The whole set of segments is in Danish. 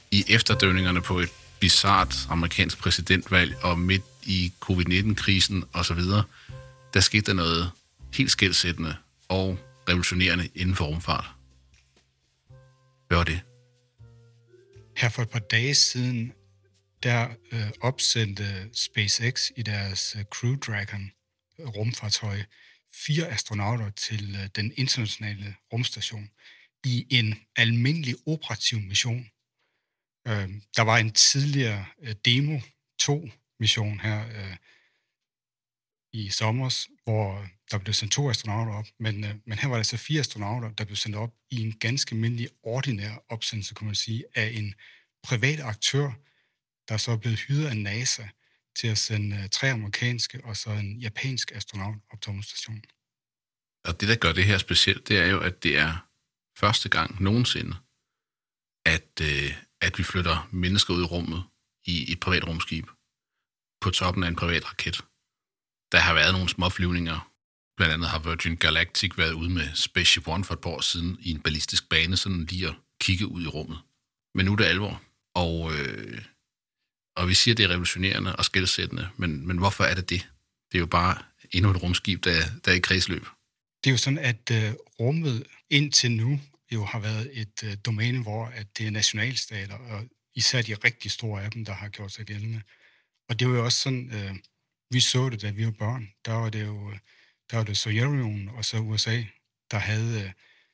I efterdønningerne på et bizart amerikansk præsidentvalg og midt i covid-19-krisen osv., der skete der noget helt skelsættende og revolutionerende inden for rumfart. Hvad var det? Her for et par dage siden, der opsendte SpaceX i deres Crew Dragon rumfartøj 4 astronauter til den internationale rumstation i en almindelig operativ mission. Der var en tidligere Demo 2-mission her i sommer, hvor der blev sendt 2 astronauter op, men her var der altså 4 astronauter, der blev sendt op i en ganske almindelig ordinær opsendelse, kan man sige, af en privat aktør, der så er blevet hyret af NASA til at sende 3 amerikanske og så en japansk astronaut op til rumstationen. Og det, der gør det her specielt, det er jo, at det er første gang nogensinde, at vi flytter mennesker ud i rummet i et privat rumskib på toppen af en privat raket. Der har været nogle småflyvninger. Blandt andet har Virgin Galactic været ude med Spaceship One for et par år siden i en ballistisk bane, sådan lige at kigge ud i rummet. Men nu er det alvor. Og vi siger, det er revolutionerende og skelsættende, men hvorfor er det det? Det er jo bare endnu et rumskib, der er i kredsløb. Det er jo sådan, at rummet indtil nu jo har været et domæne, hvor at det er nationalstater, og især de rigtig store af dem, der har gjort sig gældende. Og det var jo også sådan, vi så det, da vi var børn. Der var det Sovjetunionen og så USA, der havde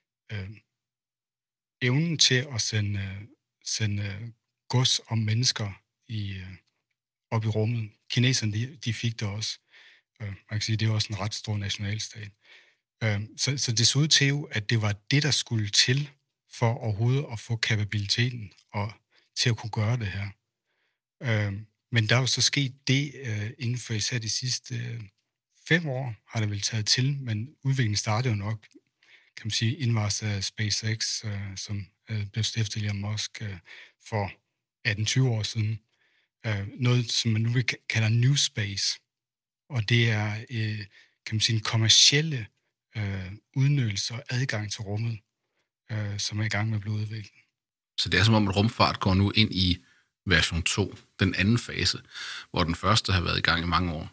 evnen til at sende gods og mennesker op i rummet. Kineserne, de fik det også. Man kan sige, det er også en ret stor nationalstat. Så det så ud til jo, at det var det, der skulle til for overhovedet at få kapabiliteten og til at kunne gøre det her. Men der er jo så sket det inden for især de sidste 5 år, har det vel taget til, men udviklingen startede jo nok, kan man sige, indvars af SpaceX, som blev stiftet Elon Musk for 18-20 år siden. Noget, som man nu kalder New Space. Og det er, kan man sige, en kommercielle udnyttelse og adgang til rummet, som er i gang med at blive udviklet. Så det er som om, at rumfart går nu ind i version 2, den anden fase, hvor den første har været i gang i mange år.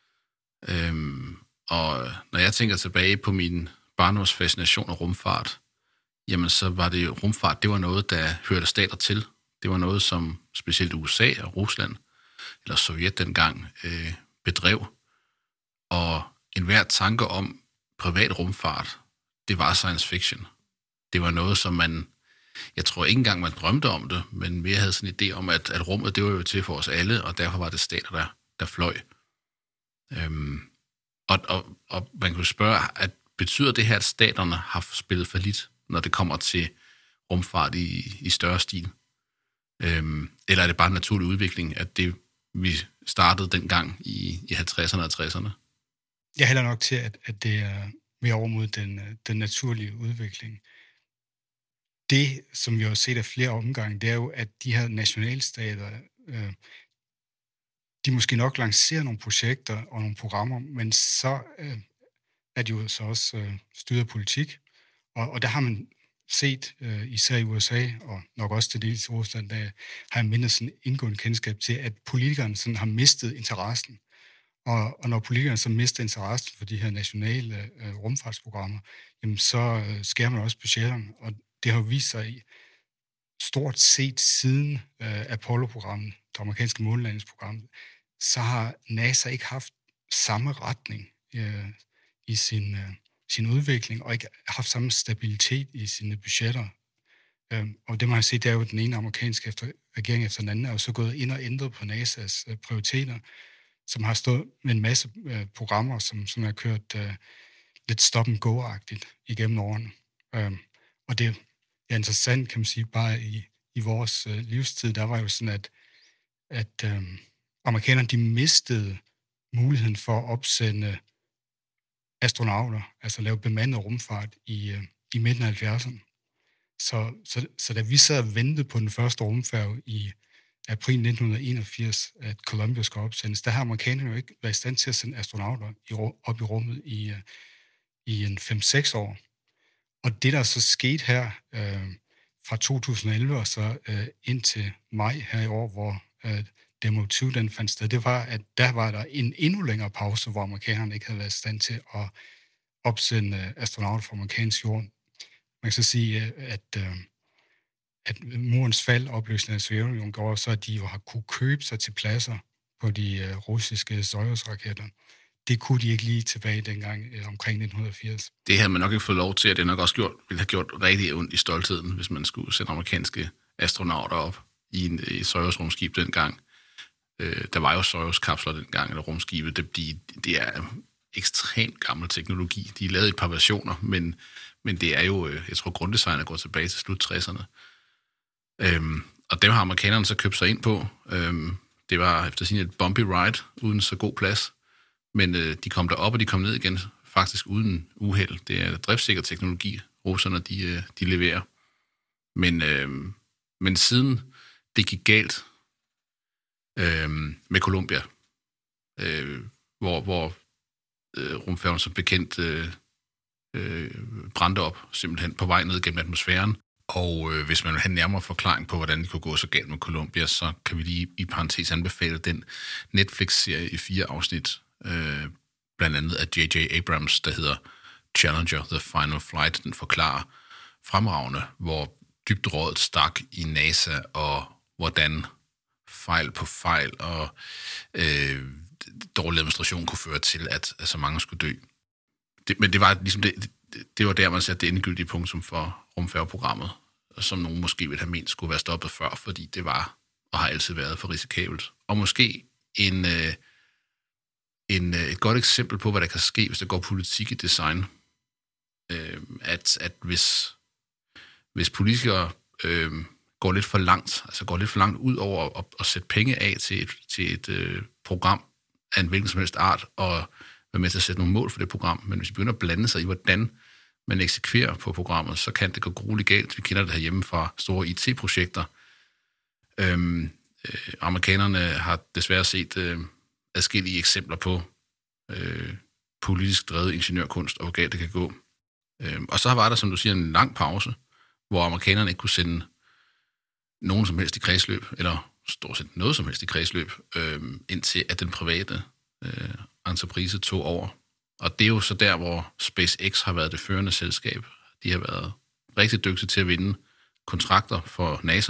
Og når jeg tænker tilbage på min barndomsfascination af rumfart, jamen så var det rumfart, det var noget, der hørte stater til. Det var noget, som specielt USA og Rusland, eller Sovjet dengang, bedrev. Og enhver tanke om privat rumfart, det var science fiction. Det var noget, som jeg tror ikke engang man drømte om det, men mere havde sådan en idé om, at rummet, det var jo til for os alle, og derfor var det stater, der fløj. Og man kunne spørge, at betyder det her, at staterne har spillet fallit, når det kommer til rumfart i større stil? Eller er det bare en naturlig udvikling, at det vi startede dengang i 50'erne og 60'erne? Jeg hælder nok til, at det er mere over mod den naturlige udvikling. Det, som vi har set af flere omgange, det er jo, at de her nationalstater, de måske nok lancerer nogle projekter og nogle programmer, men så er det jo så også styret af politik. Og der har man set, især i USA, og nok også til dels i Rusland, der har jeg mindre sådan indgående kendskab til, at politikerne sådan har mistet interessen. Og når politikerne så mister interessen for de her nationale rumfartsprogrammer, jamen så skærer man også budgetterne, og det har vist sig i stort set siden Apollo-programmet, det amerikanske månelandingsprogram, så har NASA ikke haft samme retning i sin udvikling, og ikke haft samme stabilitet i sine budgetter. Og det man har set, det er jo, at den ene amerikanske regering efter den anden er jo så gået ind og ændret på NASA's prioriteter, som har stået med en masse programmer, som har kørt lidt stop-and-go-agtigt igennem årene. Og det er interessant, kan man sige, bare i vores livstid, der var jo sådan, at amerikanerne, de mistede muligheden for at opsende astronauter, altså lave bemandet rumfart i midten af 70'erne. Så da vi sad og ventede på den første rumfærge i april 1981, at Columbia skal opsendes, der har amerikanerne jo ikke været i stand til at sende astronauter op i rummet i en 5-6 år. Og det, der så skete her fra 2011 og så indtil maj her i år, hvor Demo 2 den fandt sted, det var, at der var der en endnu længere pause, hvor amerikanerne ikke havde været i stand til at opsende astronauter fra amerikansk jord. Man kan så sige, at murens fald, opløsningen af Sovjetunionen, gjorde så, at de jo har kunne købe sig til pladser på de russiske Soyuz-raketter. Det kunne de ikke lige tilbage dengang omkring 1980. Det havde man nok ikke fået lov til, at det nok også ville have gjort rigtig ondt i stoltheden, hvis man skulle sende amerikanske astronauter op i et Soyuz-rumskib dengang. Der var jo Soyuz-kapsler dengang, eller rumskibet. Det er ekstremt gammel teknologi. De er lavet et par versioner, men det er jo, jeg tror, grunddesignet går tilbage til slut 60'erne. Og dem har amerikanerne så købt sig ind på. Det var efter sin et bumpy ride, uden så god plads. Men de kom derop, og de kom ned igen, faktisk uden uheld. Det er driftssikker teknologi, russerne de leverer. Men siden det gik galt med Columbia, hvor rumfærgen som bekendt brændte op, simpelthen på vej ned gennem atmosfæren. Og hvis man vil have en nærmere forklaring på, hvordan det kunne gå så galt med Columbia, så kan vi lige i parentes anbefale den Netflix-serie i 4 afsnit, blandt andet af J.J. Abrams, der hedder Challenger, The Final Flight. Den forklarer fremragende, hvor dybt rådet stak i NASA, og hvordan fejl på fejl og dårlig administration kunne føre til, at så mange skulle dø. Men det var ligesom det var der, man satte det endegyldige punktum for rumfærgeprogrammet, som nogen måske ville have ment skulle være stoppet før, fordi det var og har altid været for risikabelt. Og måske et godt eksempel på, hvad der kan ske, hvis der går politik i design. At hvis politikere går lidt for langt, altså går lidt for langt ud over at sætte penge af til et program af en hvilken som helst art, og være med til at sætte nogle mål for det program. Men hvis vi begynder at blande sig i, hvordan man eksekverer på programmet, så kan det gå grueligt galt. Vi kender det herhjemme fra store IT-projekter. Amerikanerne har desværre set adskillige eksempler på politisk drevet ingeniørkunst, og hvor galt det kan gå. Og så var der, som du siger, en lang pause, hvor amerikanerne ikke kunne sende nogen som helst i kredsløb, eller stort set noget som helst i kredsløb, indtil at den private entreprise tog over. Og det er jo så der, hvor SpaceX har været det førende selskab. De har været rigtig dygtige til at vinde kontrakter for NASA.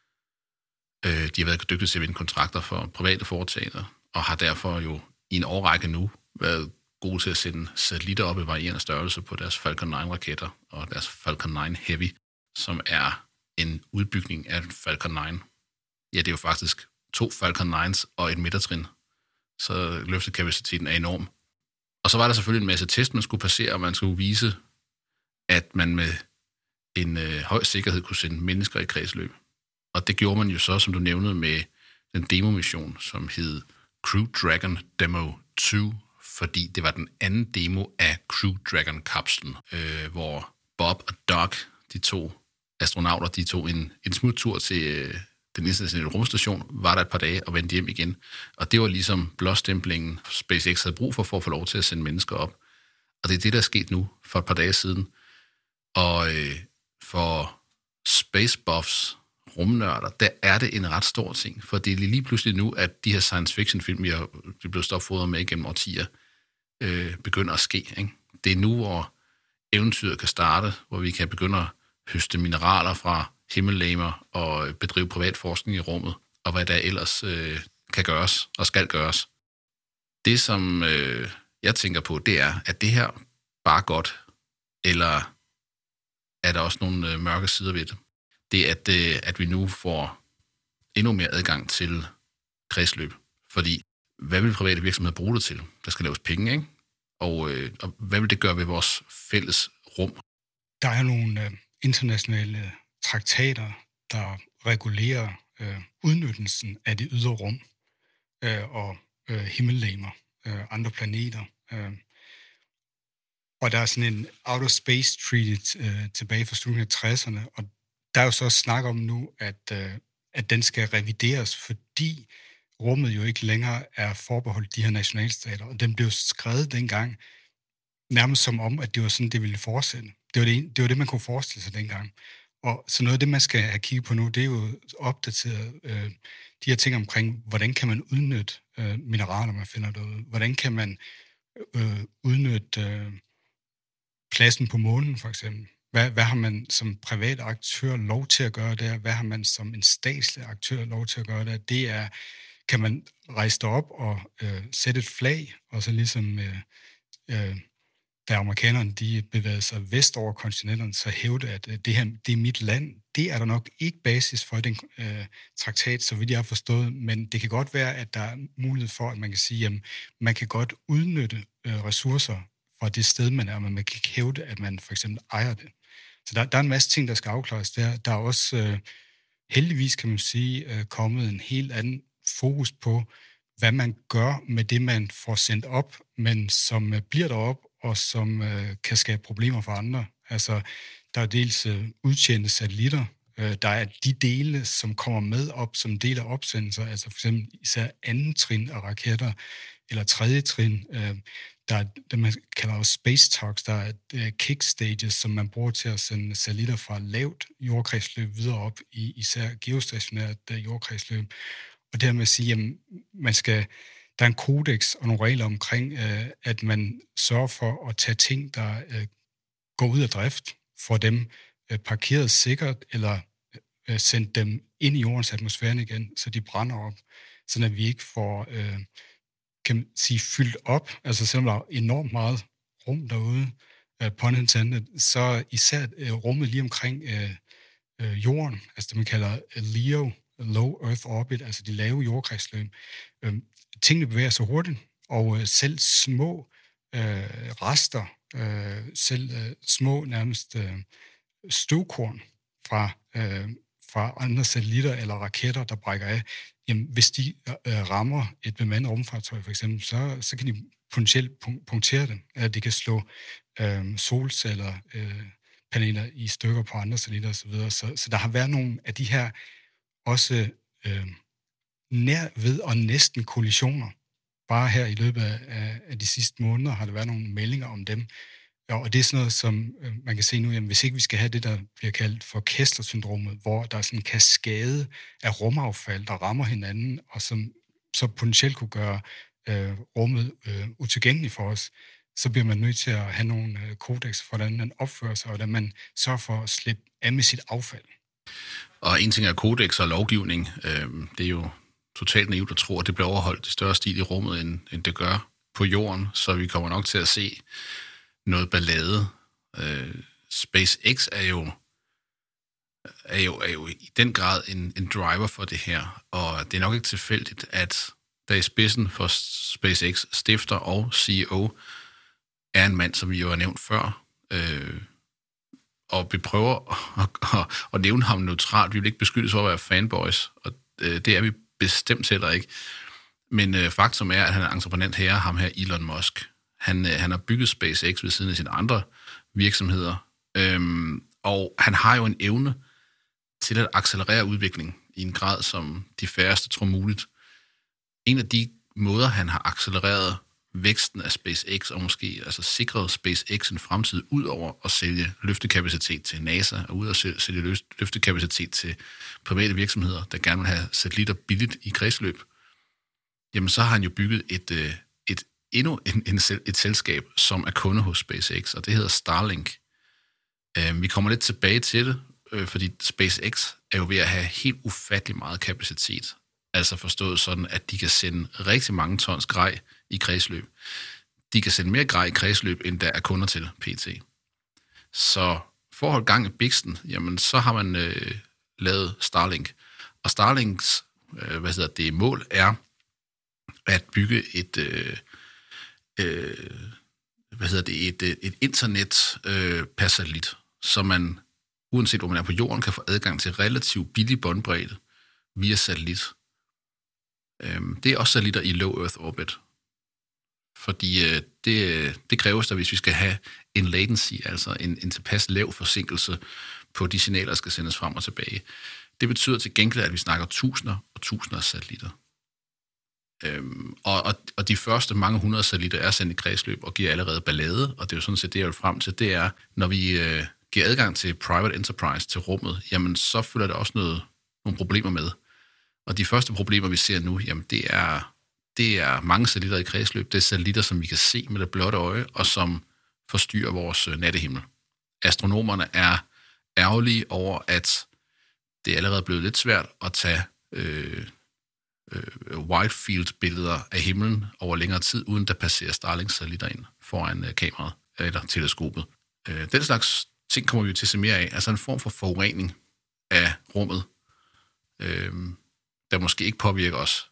De har været dygtige til at vinde kontrakter for private foretagender, og har derfor jo i en årrække nu været gode til at sende satellitter op i varierende størrelse på deres Falcon 9-raketter og deres Falcon 9 Heavy, som er en udbygning af Falcon 9. Ja, det er jo faktisk 2 Falcon 9's og et midtertrin, så løftekapaciteten er enorm. Og så var der selvfølgelig en masse test, man skulle passere, og man skulle vise, at man med en høj sikkerhed kunne sende mennesker i kredsløb. Og det gjorde man jo så, som du nævnede, med den demomission, som hed Crew Dragon Demo 2, fordi det var den anden demo af Crew Dragon-kapslen, hvor Bob og Doug, de 2 astronauter, de tog en smuttur til den internationale rumstation, var der et par dage og vendte hjem igen. Og det var ligesom blåstemplingen, SpaceX havde brug for at få lov til at sende mennesker op. Og det er det, der er sket nu for et par dage siden. Og for space buffs, rumnørder, der er det en ret stor ting. For det er lige pludselig nu, at de her science fiction film, vi er blevet stopfodret med gennem årtier, begynder at ske. Ikke? Det er nu, hvor eventyret kan starte, hvor vi kan begynde at høste mineraler fra himmellegemer og bedrive privat forskning i rummet, og hvad der ellers kan gøres og skal gøres. Det, som jeg tænker på, det er, at det her bare godt, eller er der også nogle mørke sider ved det? Det er, at vi nu får endnu mere adgang til kredsløb. Fordi, hvad vil private virksomheder bruge det til? Der skal laves penge, ikke? Og hvad vil det gøre ved vores fælles rum? Der er nogle internationale traktater, der regulerer udnyttelsen af det ydre rum og himmellegemer, andre planeter. Og der er sådan en Outer Space Treaty tilbage fra slutningen af 60'erne, og der er jo så snak om nu, at den skal revideres, fordi rummet jo ikke længere er forbeholdt de her nationalstater, og den blev skrevet dengang nærmest som om, at det var sådan, det ville fortsætte. Det var det, man kunne forestille sig dengang. Og så noget af det, man skal have kigget på nu, det er jo opdateret de her ting omkring, hvordan kan man udnytte mineraler, man finder derude? Hvordan kan man udnytte pladsen på månen, for eksempel? Hvad har man som privat aktør lov til at gøre der? Hvad har man som en statslig aktør lov til at gøre der? Det er, kan man rejse derop og sætte et flag, og så ligesom da amerikanerne de bevægede sig vest over kontinenterne, så hævde, at det her det er mit land. Det er der nok ikke basis for den traktat, så vidt jeg har forstået, men det kan godt være, at der er mulighed for, at man kan sige, at man kan godt udnytte ressourcer fra det sted, man er, men man kan ikke hævde, at man for eksempel ejer det. Så der er en masse ting, der skal afklares der. Der er også heldigvis, kan man sige, kommet en helt anden fokus på, hvad man gør med det, man får sendt op, men som bliver derop, og som kan skabe problemer for andre. Altså, der er dels udtjente satellitter. Der er de dele, som kommer med op som del af opsendelser, altså for eksempel især anden trin af raketter, eller tredje trin. Der er det, man kalder også space talks, der er kick stages, som man bruger til at sende satellitter fra lavt jordkredsløb videre op i især geostationært jordkredsløb. Og dermed at sige, at der er en kodex og nogle regler omkring, at man sørger for at tage ting, der går ud af drift, for dem parkeret sikkert, eller sendt dem ind i jordens atmosfære igen, så de brænder op, så at vi ikke får, kan man sige, fyldt op. Altså selvom der er enormt meget rum derude, pun intended, så især rummet lige omkring jorden, altså det man kalder LEO, Low Earth Orbit, altså de lave jordkredsløb. Tingene bevæger sig hurtigt, og selv små rester, selv små nærmest støvkorn fra andre satellitter eller raketter, der brækker af, jamen, hvis de rammer et bemandet rumfartøj for eksempel, så kan de potentielt punktere det, eller de kan slå solceller, paneler i stykker på andre satellitter osv. Så der har været nogle af de her også nær ved og næsten kollisioner. Bare her i løbet af de sidste måneder har der været nogle meldinger om dem. Og det er sådan noget, som man kan se nu, jamen, hvis ikke vi skal have det, der bliver kaldt for Kessler-syndromet, hvor der er sådan en kaskade af rumaffald, der rammer hinanden, og som så potentielt kunne gøre rummet utilgængeligt for os, så bliver man nødt til at have nogle kodex for, hvordan man opfører sig, og hvordan man sørger for at slippe af med sit affald. Og en ting er kodex og lovgivning. Det er jo totalt naivt at tro, at det bliver overholdt i større stil i rummet, end det gør på jorden, så vi kommer nok til at se noget ballade. SpaceX er jo i den grad en driver for det her, og det er nok ikke tilfældigt, at der i spidsen for SpaceX stifter og CEO er en mand, som vi jo har nævnt før, og vi prøver at nævne ham neutralt. Vi vil ikke beskyldes for at være fanboys, og det er vi bestemt heller ikke. Men faktum er, at han er entreprenant herre, ham her Elon Musk. Han har bygget SpaceX ved siden af sine andre virksomheder, og han har jo en evne til at accelerere udvikling i en grad, som de færreste tror muligt. En af de måder, han har accelereret væksten af SpaceX, og måske altså sikret SpaceX en fremtid ud over at sælge løftekapacitet til NASA, og ud at sælge løftekapacitet til private virksomheder, der gerne vil have satellitter billigt i kredsløb, jamen så har han jo bygget endnu et selskab, som er kunde hos SpaceX, og det hedder Starlink. Vi kommer lidt tilbage til det, fordi SpaceX er jo ved at have helt ufattelig meget kapacitet. Altså forstået sådan, at de kan sende rigtig mange tons grej i kredsløb. De kan sende mere grej i kredsløb, end der er kunder til PT. Så for at holde gang i biksen, jamen så har man lavet Starlink. Og Starlinks mål er at bygge et internet per satellit, så man, uanset hvor man er på jorden, kan få adgang til relativt billig båndbredde via satellit. Det er også satellitter i low Earth orbit, fordi det kræves der, hvis vi skal have en latency, altså en tilpas lav forsinkelse på de signaler, der skal sendes frem og tilbage. Det betyder til gengæld, at vi snakker tusinder og tusinder af satellitter. Og de første mange hundrede satellitter er sendt i kredsløb og giver allerede ballade, og det er jo sådan set det, jeg vil frem til, det er, når vi giver adgang til private enterprise, til rummet, jamen så følger der også nogle problemer med. Og de første problemer, vi ser nu, jamen det er mange satellitter i kredsløb. Det er satellitter, som vi kan se med det blotte øje, og som forstyrrer vores nattehimmel. Astronomerne er ærgerlige over, at det er allerede blevet lidt svært at tage wide-field-billeder af himlen over længere tid, uden der passerer Starlink-satellitter ind foran kameraet eller teleskopet. Den slags ting kommer vi jo til at se mere af. Altså en form for forurening af rummet, der måske ikke påvirker os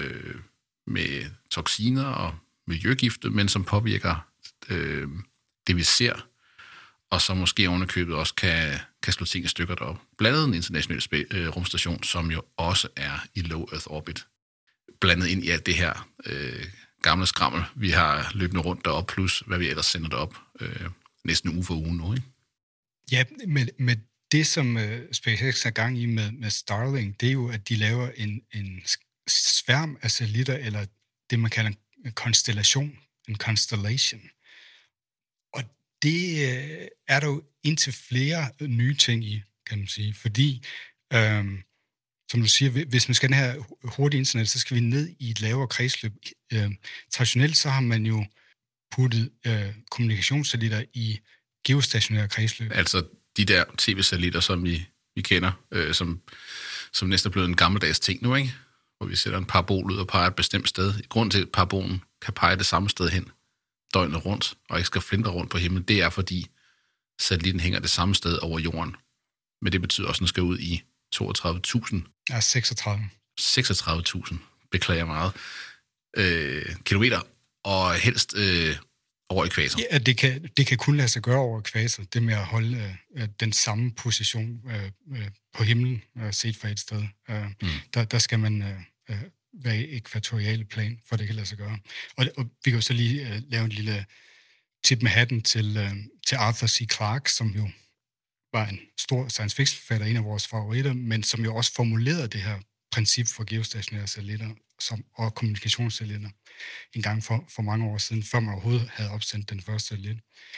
med toksiner og miljøgifte, men som påvirker det, vi ser, og som måske ovenikøbet også kan slå ting i stykker deroppe. Blandt andet en international rumstation, som jo også er i low Earth orbit. Blandet ind i alt det her gamle skrammel, vi har løbende rundt deroppe, plus hvad vi ellers sender derop næsten uge for uge nu, ikke? Ja, med det, som SpaceX er gang i med Starlink, det er jo, at de laver en sværm af satellitter, eller det, man kalder en konstellation, en constellation. Og det er der jo indtil flere nye ting i, kan man sige, fordi, som du siger, hvis man skal have hurtigt internet, så skal vi ned i et lavere kredsløb. Traditionelt så har man jo puttet kommunikationssatellitter i geostationære kredsløb. Altså de der tv-satellitter, som vi kender, som næsten er blevet en gammeldags ting nu, ikke? Hvor vi sætter en parabol ud og peger et bestemt sted. Grunden til, at parabolen kan pege det samme sted hen døgnet rundt, og ikke skal flintre rundt på himlen, det er, fordi satellitten hænger det samme sted over jorden. Men det betyder også, at den skal ud i 32.000. Ja, 36. 36.000, beklager meget, kilometer, og helst over ekvator. Ja, det kan kun lade sig gøre over ekvator, det med at holde den samme position på himlen, set fra et sted. Der skal man være i ekvatoriale plan, for det kan lade sig gøre. Og vi kan jo så lige lave en lille tip med hatten til Arthur C. Clarke, som jo var en stor science fiction-forfatter, en af vores favoritter, men som jo også formulerede det her princip for geostationære satellitter og kommunikationssatellitter en gang for mange år siden, før man overhovedet havde opsendt den første satellit.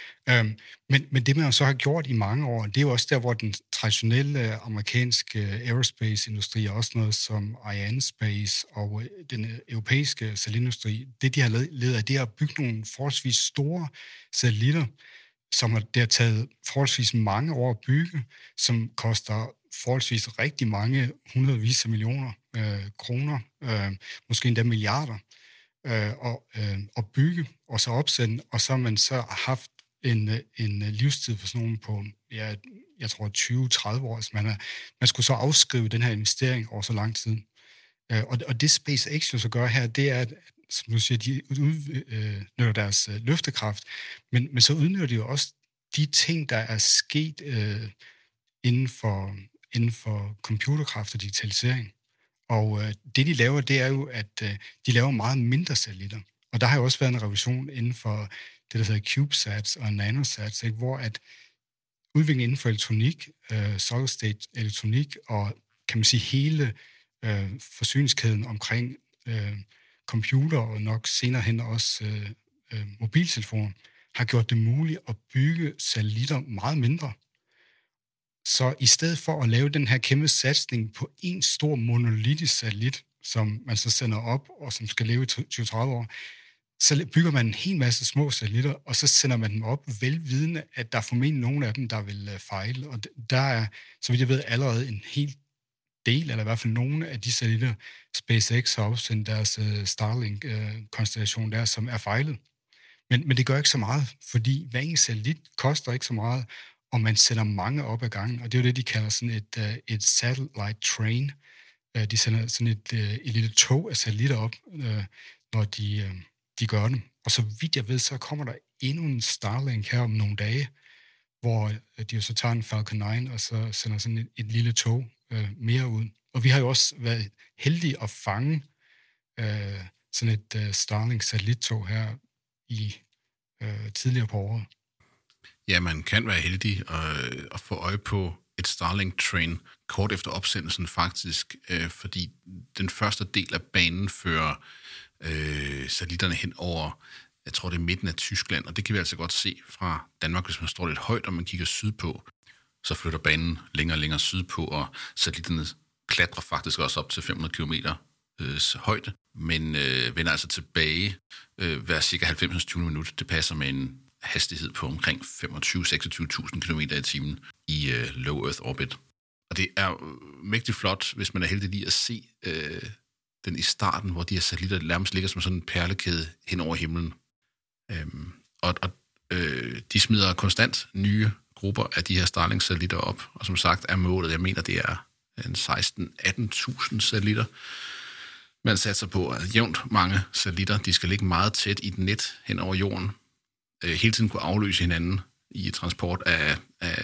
Men det, man jo så har gjort i mange år, det er jo også der, hvor den traditionelle amerikanske aerospace-industri, og også noget som Arianespace og den europæiske satellitindustri, det de har ledet af, det er at bygge nogle forholdsvis store satellitter, som det har taget forholdsvis mange år at bygge, som koster forholdsvis rigtig mange hundredvis af millioner kroner, måske endda milliarder, at bygge og så opsende, og så har man så haft en livstid for sådan nogen på, ja, jeg tror 20-30 år. Altså man skulle så afskrive den her investering over så lang tid. Og det SpaceX jo så gør her, det er, at, som du siger, de udnytter deres løftekraft, men så udnytter de jo også de ting, der er sket inden for computerkraft og digitalisering. Og det, de laver, det er jo, at de laver meget mindre satellitter. Og der har jo også været en revolution inden for det, der hedder CubeSats og nanosats, ikke? Hvor at udviklingen inden for elektronik, solid-state elektronik og, kan man sige, hele forsyningskæden omkring computer og nok senere hen også mobiltelefoner, har gjort det muligt at bygge satellitter meget mindre. Så i stedet for at lave den her kæmpe satsning på en stor monolitisk satellit, som man så sender op, og som skal leve i 20-30 år, så bygger man en hel masse små satellitter, og så sender man dem op, velvidende, at der er formentlig nogle af dem, der vil fejle. Og der er, så vidt jeg ved, allerede en hel del, eller i hvert fald nogle af de satellitter, SpaceX har opsendt deres Starlink-konstellation der, som er fejlet. Men det gør ikke så meget, fordi hver enkelt satellit koster ikke så meget, og man sender mange op ad gangen, og det er jo det, de kalder sådan et satellite train. De sender sådan et lille tog af satellitter op, når de gør det. Og så vidt jeg ved, så kommer der endnu en Starlink her om nogle dage, hvor de jo så tager en Falcon 9, og så sender sådan et lille tog mere ud. Og vi har jo også været heldige at fange sådan et Starlink-satellittog her i tidligere på året. Ja, man kan være heldig at få øje på et Starlink-train kort efter opsendelsen faktisk, fordi den første del af banen fører satellitterne hen over jeg tror det er midten af Tyskland, og det kan vi altså godt se fra Danmark, hvis man står lidt højt, og man kigger sydpå, så flytter banen længere og længere sydpå, og satellitterne klatrer faktisk også op til 500 km højde, men vender altså tilbage hver cirka 90-20 minutter. Det passer med en hastighed på omkring 25-26.000 km i timen i low Earth orbit. Og det er mægtigt flot, hvis man er heldig lige at se den i starten, hvor de her satellitter nærmest ligger som sådan en perlekæde hen over himlen. De smider konstant nye grupper af de her Starlink-satellitter op, og som sagt er målet, jeg mener, det er 16-18.000 satellitter. Man satser på, at jævnt mange satellitter, de skal ligge meget tæt i et net hen over jorden, hele tiden kunne afløse hinanden i transport af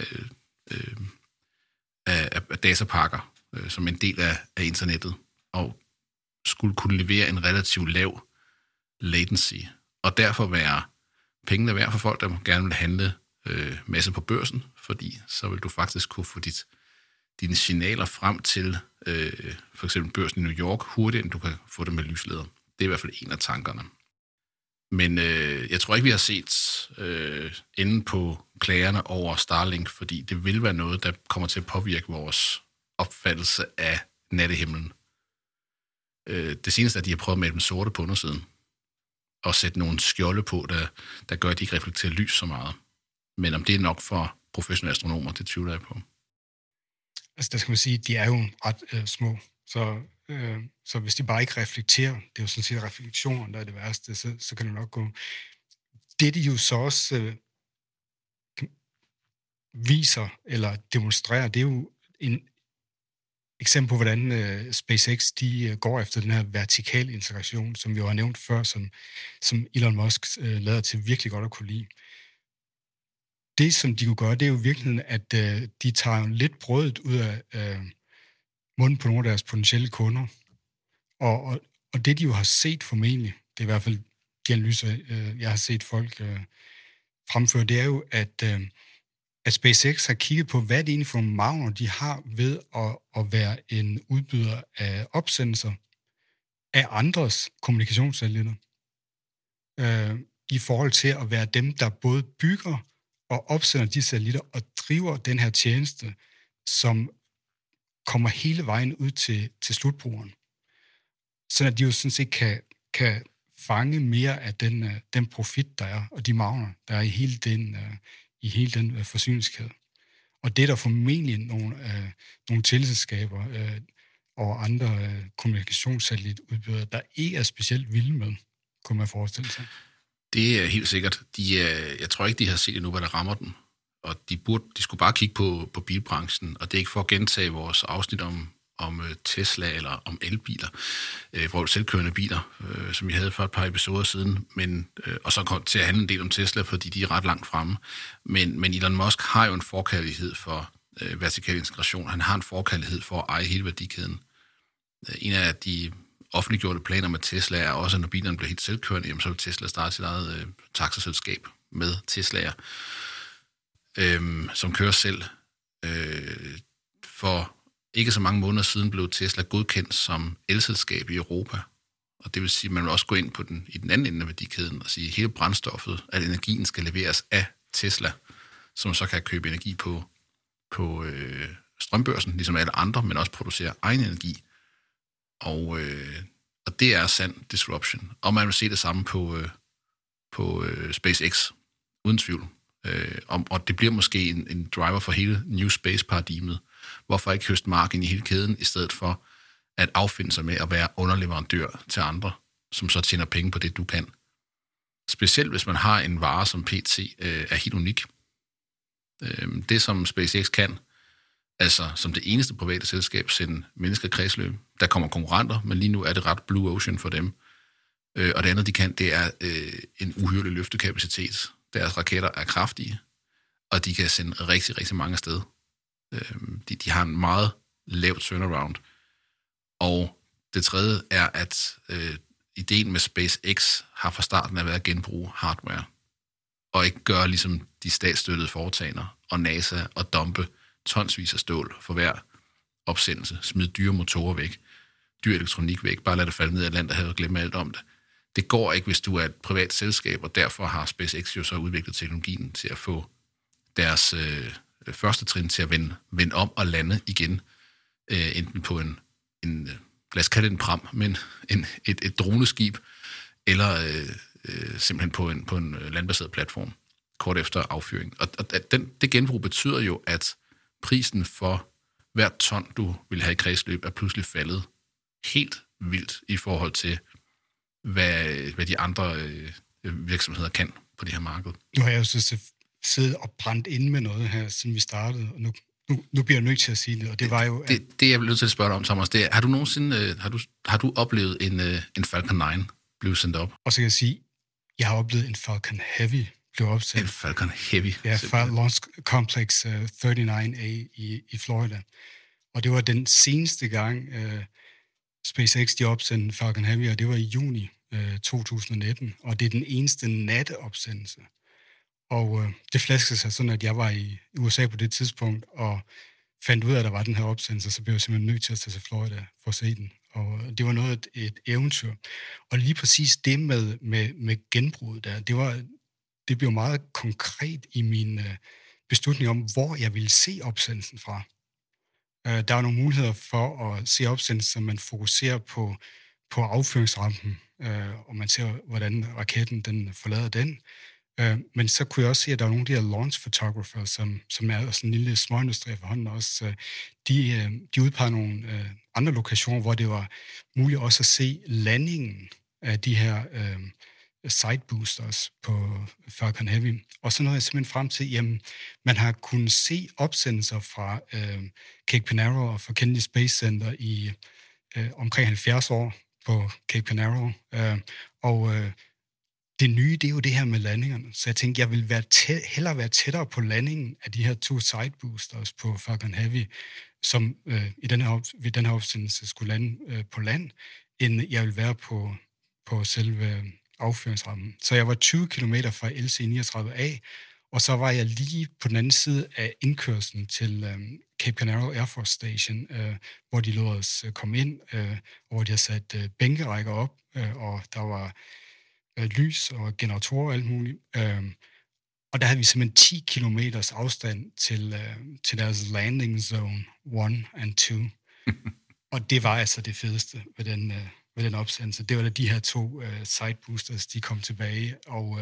datapakker som en del af internettet, og skulle kunne levere en relativt lav latency, og derfor være pengene værd for folk, der gerne vil handle masse på børsen, fordi så vil du faktisk kunne få dine signaler frem til for eksempel børsen i New York hurtigere, end du kan få det med lysleder. Det er i hvert fald en af tankerne. Men jeg tror ikke, vi har set enden på klagerne over Starlink, fordi det vil være noget, der kommer til at påvirke vores opfattelse af nattehimlen. Det seneste er, at de har prøvet med dem sorte på undersiden, og sætte nogle skjolde på, der gør, at de ikke reflekterer lys så meget. Men om det er nok for professionelle astronomer, det tvivler jeg på. Altså, der skal man sige, at de er jo ret små, så hvis de bare ikke reflekterer, det er jo sådan set refleksionen, der er det værste, så kan det nok gå. Det de jo så også viser eller demonstrerer, det er jo en eksempel på, hvordan SpaceX de går efter den her vertikale integration, som vi jo har nævnt før, som Elon Musk lader til virkelig godt at kunne lide. Det, som de kunne gøre, det er jo i virkeligheden, at de tager lidt brødet ud af munden på nogle af deres potentielle kunder. Og det, de jo har set formentlig, det er i hvert fald de analyser, jeg har set folk fremføre, det er jo, at SpaceX har kigget på, hvad det egentlig for nogle marginer, de har ved at være en udbyder af opsendelser af andres kommunikationssatellitter, i forhold til at være dem, der både bygger og opsender de satellitter og driver den her tjeneste, som kommer hele vejen ud til slutbrugeren. Så at de jo sådan set kan fange mere af den profit, der er, og de marginer, der er i hele den forsyningskæde. Og det er der formentlig nogle teleselskaber og andre kommunikationssatellitudbydere, der ikke er specielt vilde med, kunne man forestille sig. Det er helt sikkert. Jeg tror ikke, de har set endnu, hvad der rammer dem. Og de skulle bare kigge på bilbranchen, og det er ikke for at gentage vores afsnit om Tesla eller om elbiler, hvor selvkørende biler, som vi havde for et par episoder siden, og så kom til at handle en del om Tesla, fordi de er ret langt fremme. Men Elon Musk har jo en forkærlighed for vertikal integration. Han har en forkærlighed for at eje hele værdikæden. En af de offentliggjorte planer med Tesla er også, at når bilerne bliver helt selvkørende, jamen, så vil Tesla starte sit eget taxaselskab med Teslaer, som kører selv. For ikke så mange måneder siden blev Tesla godkendt som elselskab i Europa. Og det vil sige, at man vil også gå ind på i den anden ende af værdikæden og sige, at hele brændstoffet, at energien skal leveres af Tesla, som så kan købe energi på strømbørsen, ligesom alle andre, men også producere egen energi. Og det er sand disruption. Og man vil se det samme på SpaceX, uden tvivl. Og det bliver måske en driver for hele New Space-paradigmet. Hvorfor ikke høste mark ind i hele kæden, i stedet for at affinde sig med at være underleverandør til andre, som så tjener penge på det, du kan. Specielt hvis man har en vare, som PT er helt unik. Det, som SpaceX kan, altså som det eneste private selskab, sende mennesker i kredsløb. Der kommer konkurrenter, men lige nu er det ret blue ocean for dem. Og det andet, de kan, det er en uhyrlig løftekapacitet. Deres raketter er kraftige, og de kan sende rigtig, rigtig mange afsted. De har en meget lav turnaround. Og det tredje er, at ideen med SpaceX har fra starten af været at genbruge hardware, og ikke gøre ligesom de statsstøttede foretagender og NASA og dumpe tonsvis af stål for hver opsendelse, smide dyre motorer væk, dyr elektronik væk, bare lade det falde ned i Atlanterhavet og glemme alt om det. Det går ikke, hvis du er et privat selskab, og derfor har SpaceX jo så udviklet teknologien til at få deres første trin til at vende om og lande igen, enten på en lad os kalde det en pram, men et droneskib, eller simpelthen på en landbaseret platform, kort efter affyring. Og det genbrug betyder jo, at prisen for hvert ton, du vil have i kredsløb, er pludselig faldet helt vildt i forhold til, hvad de andre virksomheder kan på det her marked. Nu har jeg jo så siddet og brændt ind med noget her, siden vi startede, og nu bliver jeg nødt til at sige det, og det var jo... Det jeg bliver nødt til at spørge dig om, Thomas, det er, har du nogensinde har du oplevet en Falcon 9 blive sendt op? Og så kan jeg sige, jeg har oplevet en Falcon Heavy blive opsendt. En Falcon Heavy? Ja, fra Launch Complex 39A i Florida. Og det var den seneste gang, SpaceX de opsendte Falcon Heavy, og det var i juni 2019, og det er den eneste natteopsendelse. Og det flaskede sig sådan, at jeg var i USA på det tidspunkt, og fandt ud af, at der var den her opsendelse, så blev jeg simpelthen nødt til at tage til Florida for at se den. Og det var noget af et eventyr. Og lige præcis det med genbrud der, det blev meget konkret i min beslutning om, hvor jeg ville se opsendelsen fra. Der er nogle muligheder for at se opsendelsen, så man fokuserer på affyringsrampen, og man ser, hvordan raketten den forlader den. Men så kunne jeg også se, at der er nogle af de her launch photographers, som er sådan en lille småindustri for hånden også. De udpegede nogle andre lokationer, hvor det var muligt også at se landingen af de her side boosters på Falcon Heavy. Og så nåede jeg simpelthen frem til, jamen, man har kunnet se opsendelser fra Cape Canaveral og fra Kennedy Space Center i omkring 70 år på Cape Canaveral. Det nye, det er jo det her med landingerne. Så jeg tænkte, jeg vil hellere være tættere på landingen af de her 2 side boosters på Falcon Heavy, som ved den her opsendelse skulle lande på land, end jeg vil være på selve affyringsrammen. Så jeg var 20 km fra LC-39A, og så var jeg lige på den anden side af indkørslen til Cape Canaveral Air Force Station, hvor de lod os komme ind, hvor de har sat bænkerækker op, og der var lys og generatorer og alt muligt. Og der havde vi simpelthen 10 kilometers afstand til deres landing zone 1 and 2. Og det var altså det fedeste ved den opsendelse. Det var da de her 2 side boosters, de kom tilbage,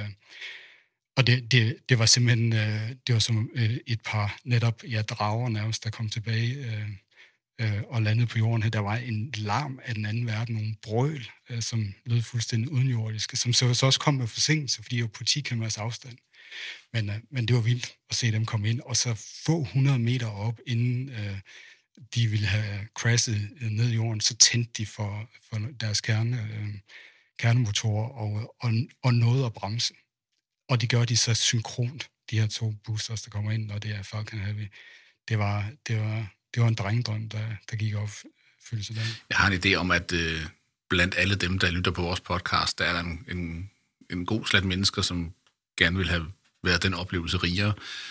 og det var simpelthen det var som et par netop drager nærmest, der kom tilbage og landede på jorden her. Der var en larm af den anden verden, nogle brøl, som lød fuldstændig udenjordiske, som så også kom med forsinkelse, fordi jeg var på 10 km afstand. Men det var vildt at se dem komme ind, og så få 100 meter op, inden de ville have crashet ned i jorden, så tændte de for deres kernemotorer og nåede at bremse. Og det gør de så synkront, de her 2 boosters, der kommer ind, når det er Falcon Heavy. Det var en drengedrøm, der gik op følelse af. Jeg har en idé om, at blandt alle dem, der lytter på vores podcast, der er der en god slat mennesker, som gerne vil have været den oplevelse rigere,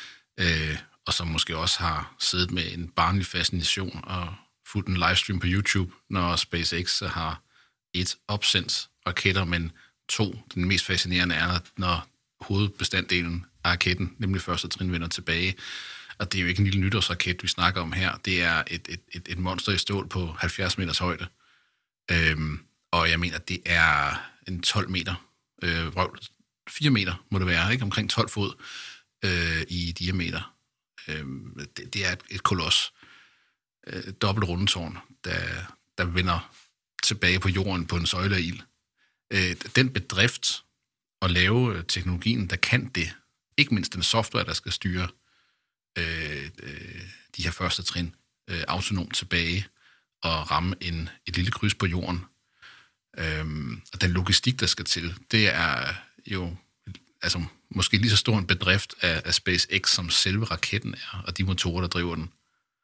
og som måske også har siddet med en barnlig fascination og fulgt en livestream på YouTube, når SpaceX har opsendt raketter, men 2, den mest fascinerende er, når hovedbestanddelen af raketten, nemlig første trin, vender tilbage. Og det er jo ikke en lille nytårsraket, vi snakker om her. Det er et monster i stål på 70 meters højde. Og jeg mener, det er en 12 meter, 4 meter må det være, ikke? Omkring 12 fod i diameter. Det er et koloss. Dobbelt rundetårn, der vender tilbage på jorden på en søjle af ild. Den bedrift at lave teknologien, der kan det, ikke mindst den software, der skal styre de her første trin autonomt tilbage og ramme et lille kryds på jorden. Og den logistik, der skal til, det er jo altså måske lige så stor en bedrift af SpaceX, som selve raketten er, og de motorer, der driver den.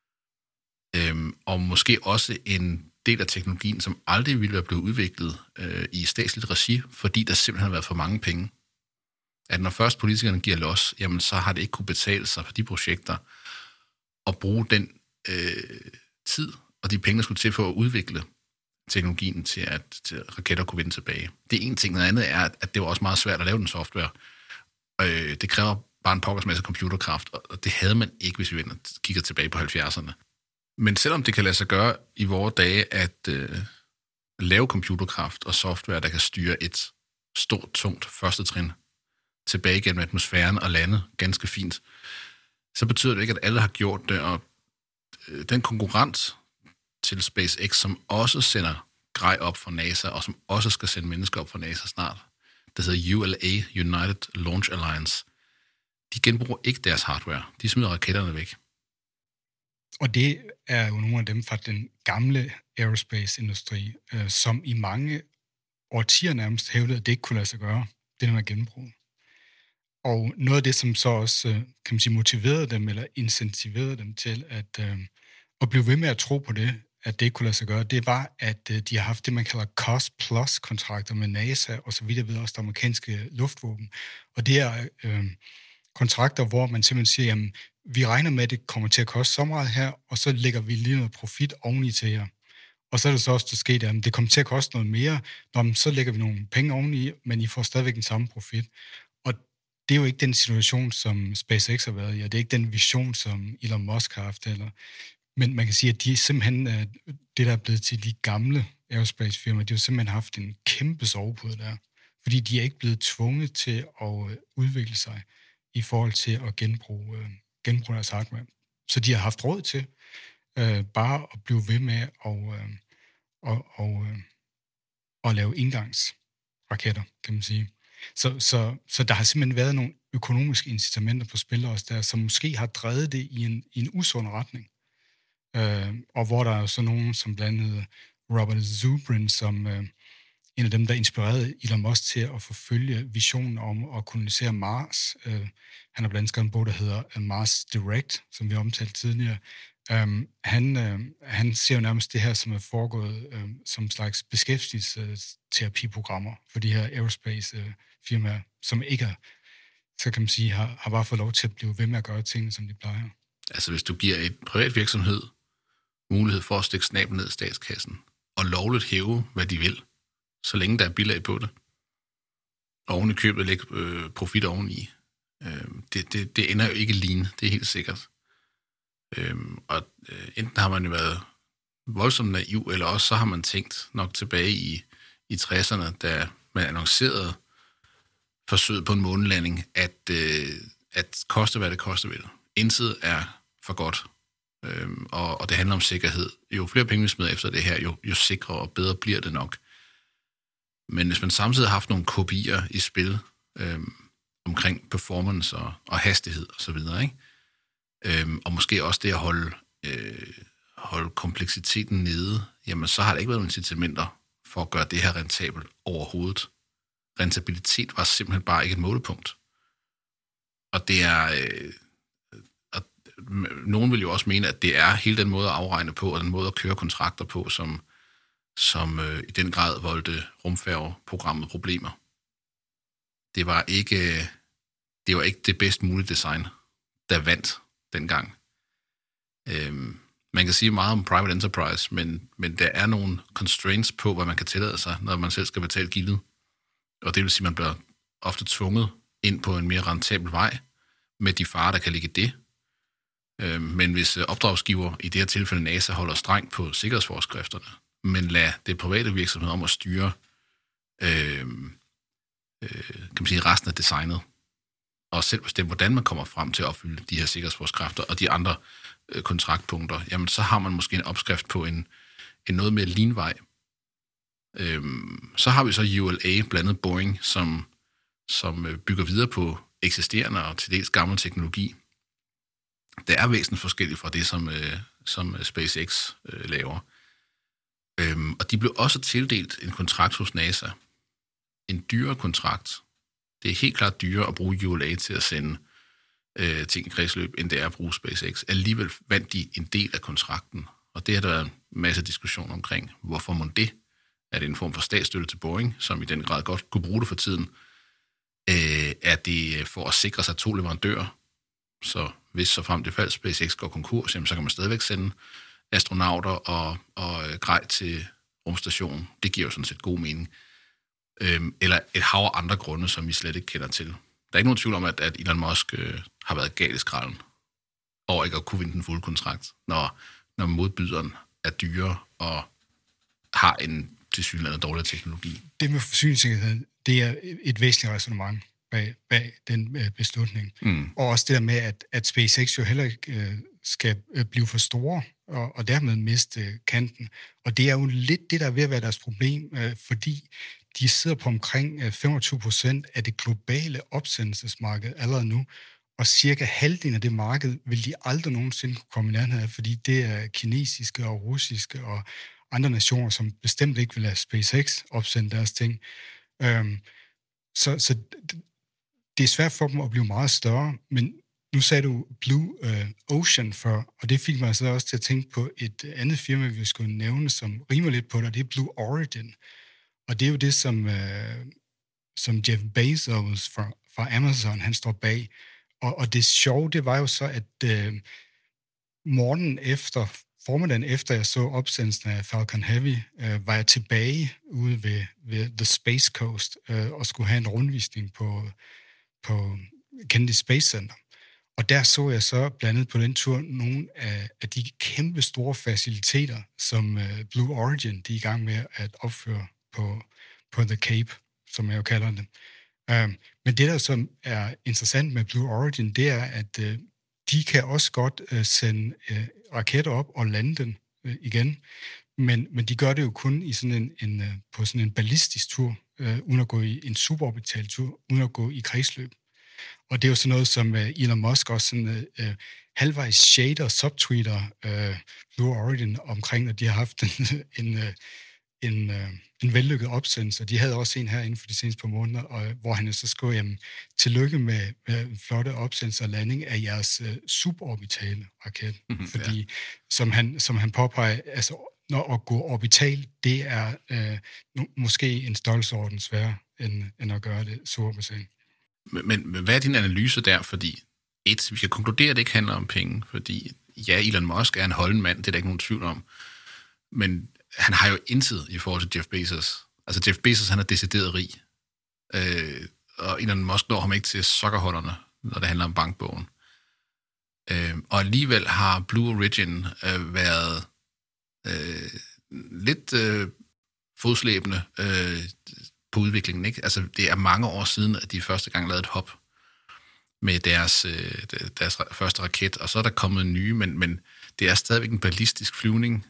Og måske også en del af teknologien, som aldrig ville være blevet udviklet i statsligt regi, fordi der simpelthen har været for mange penge. At når først politikerne giver los, jamen så har det ikke kunne betale sig for de projekter at bruge den tid og de penge, der skulle til for at udvikle teknologien til at raketter kunne vende tilbage. Det er en ting. Noget andet er, at det var også meget svært at lave den software. Det kræver bare en pokkers masse computerkraft, og det havde man ikke, hvis vi kigger tilbage på 70'erne. Men selvom det kan lade sig gøre i vore dage at lave computerkraft og software, der kan styre et stort, tungt første trin tilbage gennem atmosfæren og lande ganske fint, så betyder det ikke, at alle har gjort det, og den konkurrent til SpaceX, som også sender grej op fra NASA, og som også skal sende mennesker op fra NASA snart, der hedder ULA, United Launch Alliance, de genbruger ikke deres hardware. De smider raketterne væk. Og det er jo nogle af dem fra den gamle aerospace-industri, som i mange årtier nærmest hævdede, at det ikke kunne lade sig gøre, det der med genbrug. Og noget af det, som så også, kan man sige, motiverede dem, eller incentiverede dem til at blive ved med at tro på det, at det ikke kunne lade sig gøre, det var, at de har haft det, man kalder cost-plus-kontrakter med NASA, og så videre også det amerikanske luftvåben. Og det er kontrakter, hvor man simpelthen siger, jamen, vi regner med, at det kommer til at koste så meget her, og så lægger vi lige noget profit oveni til jer. Og så er det så også, der sker, at det kommer til at koste noget mere, så lægger vi nogle penge oveni, men I får stadigvæk den samme profit. Og det er jo ikke den situation, som SpaceX har været i, og det er ikke den vision, som Elon Musk har haft heller. Men man kan sige, at de simpelthen, det der er blevet til de gamle aerospace-firmaer, de har simpelthen haft en kæmpe sovepude der, fordi de er ikke blevet tvunget til at udvikle sig i forhold til at genbruge deres hardware. Så de har haft råd til bare at blive ved med at lave indgangsraketter, kan man sige. Så der har simpelthen været nogle økonomiske incitamenter på spil også der, som måske har drevet det i en usund retning. Og hvor der er så nogen, som blandt andet Robert Zubrin, som en af dem, der inspirerede Elon Musk til at forfølge visionen om at kolonisere Mars. Han har blandt andet skrevet en bog, der hedder Mars Direct, som vi omtalte tidligere. Han ser jo nærmest det her, som er foregået som slags beskæftigelsesterapiprogrammer for de her aerospace-firmaer, som ikke er, så kan man sige, har bare fået lov til at blive ved med at gøre tingene, som de plejer. Altså hvis du giver et privat virksomhed mulighed for at stikke snablen ned i statskassen og lovligt hæve, hvad de vil, så længe der er bilag på det, og oven i købet lægge profit oveni, det ender jo ikke lean, det er helt sikkert. Enten har man jo været voldsomt naiv, eller også så har man tænkt nok tilbage i 60'erne, da man annoncerede forsøget på en månelanding, at koste hvad det koste vil. Intet er for godt, og det handler om sikkerhed. Jo flere penge vi smider efter det her, jo sikrere og bedre bliver det nok. Men hvis man samtidig har haft nogle kopier i spil omkring performance og hastighed og så videre, ikke? Og måske også det at holde kompleksiteten nede, jamen så har der ikke været nogen incitamenter for at gøre det her rentabelt overhovedet. Rentabilitet var simpelthen bare ikke et målepunkt. Og det er... nogen vil jo også mene, at det er hele den måde at afregne på, og den måde at køre kontrakter på, som i den grad voldte rumfærgeprogrammet problemer. Det var ikke det bedst mulige design, der vandt dengang. Man kan sige meget om private enterprise, men der er nogle constraints på, hvad man kan tillade sig, når man selv skal betale gildet. Og det vil sige, at man bliver ofte tvunget ind på en mere rentabel vej, med de farer, der kan ligge i det. Men hvis opdragsgiver, i det her tilfælde NASA, holder strengt på sikkerhedsforskrifterne, men lad det private virksomhed om at styre kan man sige, resten af designet, og selv bestemme, hvordan man kommer frem til at opfylde de her sikkerhedsforskrifter og de andre kontraktpunkter, jamen så har man måske en opskrift på en noget mere lean-vej. Så har vi så ULA, blandet Boeing, som bygger videre på eksisterende og til dels gammel teknologi. Det er væsentligt forskelligt fra det, som SpaceX laver. Og de blev også tildelt en kontrakt hos NASA. En dyrere kontrakt. Det er helt klart dyrere at bruge ULA til at sende ting i kredsløb, end det er at bruge SpaceX. Alligevel vandt de en del af kontrakten. Og det har der været en masse diskussion omkring. Hvorfor må det? Er det en form for statsstøtte til Boeing, som i den grad godt kunne bruge det for tiden? Er det for at sikre sig 2 leverandører? Så hvis så frem det fald SpaceX går konkurs, jamen, så kan man stadigvæk sende astronauter og grej til rumstation. Det giver jo sådan set god mening. Eller et hav af andre grunde, som vi slet ikke kender til. Der er ikke nogen tvivl om, at Elon Musk har været galt i skralden og ikke at kunne vinde den fulde kontrakt, når modbyderen er dyre og har en tilsyneladende dårlig teknologi. Det med forsyningssikkerhed, det er et væsentligt ræsonnement bag den beslutning. Og også det der med, at SpaceX jo heller ikke skal blive for store, og dermed miste kanten. Og det er jo lidt det, der er ved at være deres problem, fordi de sidder på omkring 25% af det globale opsendelsesmarked allerede nu, og cirka halvdelen af det marked vil de aldrig nogensinde kunne komme i nærheden af, fordi det er kinesiske og russiske og andre nationer, som bestemt ikke vil lade SpaceX opsende deres ting. Så det er svært for dem at blive meget større, men nu sagde du Blue Ocean før, og det fik mig så også til at tænke på et andet firma, vi skulle nævne, som rimer lidt på det, og det er Blue Origin. Og det er jo det, som Jeff Bezos fra Amazon, han står bag. Og det sjove, det var jo så, at formiddagen efter jeg så opsendelsen af Falcon Heavy, var jeg tilbage ude ved The Space Coast og skulle have en rundvisning på Kennedy Space Center. Og der så jeg så blandet på den tur nogle af de kæmpe store faciliteter, som Blue Origin de er i gang med at opføre på The Cape, som jeg jo kalder det. Men det, der som er interessant med Blue Origin, det er, at de kan også godt sende raketter op og lande den igen, men de gør det jo kun i på sådan en ballistisk tur, uden at gå i en suborbital tur, uden at gå i kredsløb. Og det er jo sådan noget, som Elon Musk også sådan, halvvejs shader, subtweeter Blue Origin omkring, og de har haft en vellykket opsendelse. De havde også en her inden for de seneste par måneder, hvor han så skrev, tillykke med flotte opsendelse og landing af jeres suborbitale raket. Fordi, som han påpeger, altså når at gå orbital, det er måske en størrelsesorden sværere, end at gøre det suborbitalt. Men hvad er din analyse der? Fordi vi kan konkludere, at det ikke handler om penge, fordi ja, Elon Musk er en holden mand, det er der ikke nogen tvivl om. Men han har jo intet i forhold til Jeff Bezos. Altså Jeff Bezos, han er decideret rig. Og Elon Musk når ham ikke til sokkerholderne, når det handler om bankbogen. Og alligevel har Blue Origin været lidt fodslæbende på udviklingen, ikke? Altså, det er mange år siden, at de første gang lavede et hop med deres første raket, og så er der kommet en nye, men det er stadigvæk en ballistisk flyvning.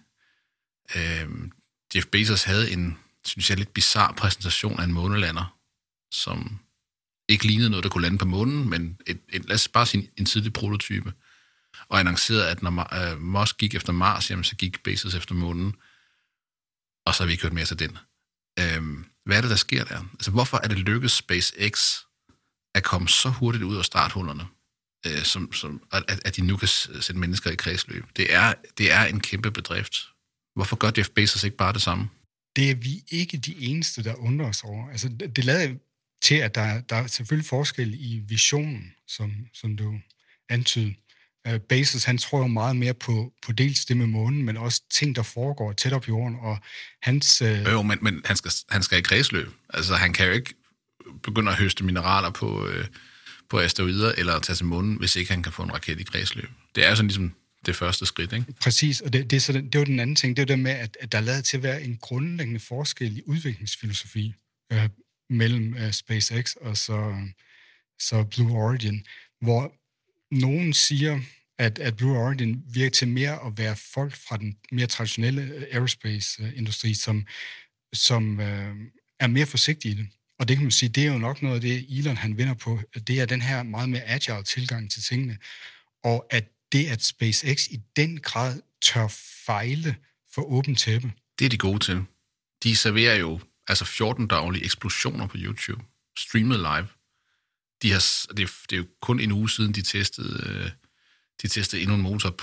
Jeff Bezos havde en, synes jeg, lidt bizarre præsentation af en månelander, som ikke lignede noget, der kunne lande på månen, men lad os bare sige en tidlig prototype, og annoncerede, at når Musk gik efter Mars, jamen, så gik Bezos efter månen, og så har vi ikke hørt mere til den. Hvad er det, der sker der? Altså, hvorfor er det lykkedes SpaceX at komme så hurtigt ud af starthullerne, at de nu kan sætte mennesker i kredsløb? Det er en kæmpe bedrift. Hvorfor gør Jeff Bezos ikke bare det samme? Det er vi ikke de eneste, der undrer os over. Altså, det lader til, at der er selvfølgelig forskel i visionen, som du antydede. Bezos, han tror jo meget mere på dels det med månen, men også ting, der foregår tæt op i jorden, og hans... men han skal i kredsløb. Altså, han kan jo ikke begynde at høste mineraler på asteroider, eller tage til månen, hvis ikke han kan få en raket i kredsløb. Det er jo sådan ligesom det første skridt, ikke? Præcis, og det var den anden ting, det var det med, at der lader til at være en grundlæggende forskel i udviklingsfilosofi mellem SpaceX og så Blue Origin, hvor nogen siger, at Blue Origin virker til mere at være folk fra den mere traditionelle aerospace-industri, som er mere forsigtige i det. Og det kan man sige, det er jo nok noget af det, Elon han vinder på. Det er den her meget mere agile tilgang til tingene. Og at SpaceX i den grad tør fejle for åbent tæppe. Det er de gode til. De serverer jo 14 daglige eksplosioner på YouTube, streamet live. Det er jo kun en uge siden, de testede endnu en motor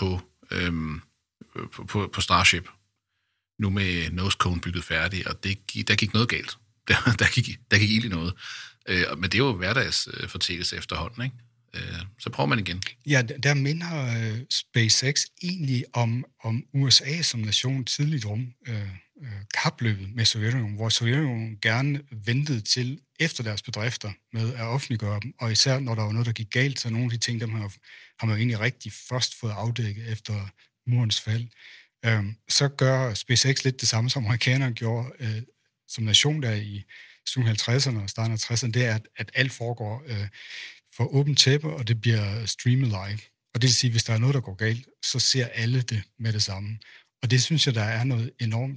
på Starship. Nu med nose cone bygget færdig, og der gik noget galt. Der gik ild i noget. Men det er jo hverdagsfortælelse efterhånden, ikke? Så prøver man igen. Ja, der minder SpaceX egentlig om USA som nation tidligt kapløbet med Sovjetunionen, hvor Sovjetunionen gerne ventede til efter deres bedrifter med at offentliggøre dem, og især når der var noget, der gik galt, så nogle af de ting, dem har man jo egentlig rigtig først fået afdækket efter murens fald. Så gør SpaceX lidt det samme, som amerikanerne gjorde som nation der i slutningen af 50'erne og starten af 60'erne, det er, at alt foregår for åbent tæppe, og det bliver streamet live. Og det vil sige, at hvis der er noget, der går galt, så ser alle det med det samme. Og det synes jeg, der er noget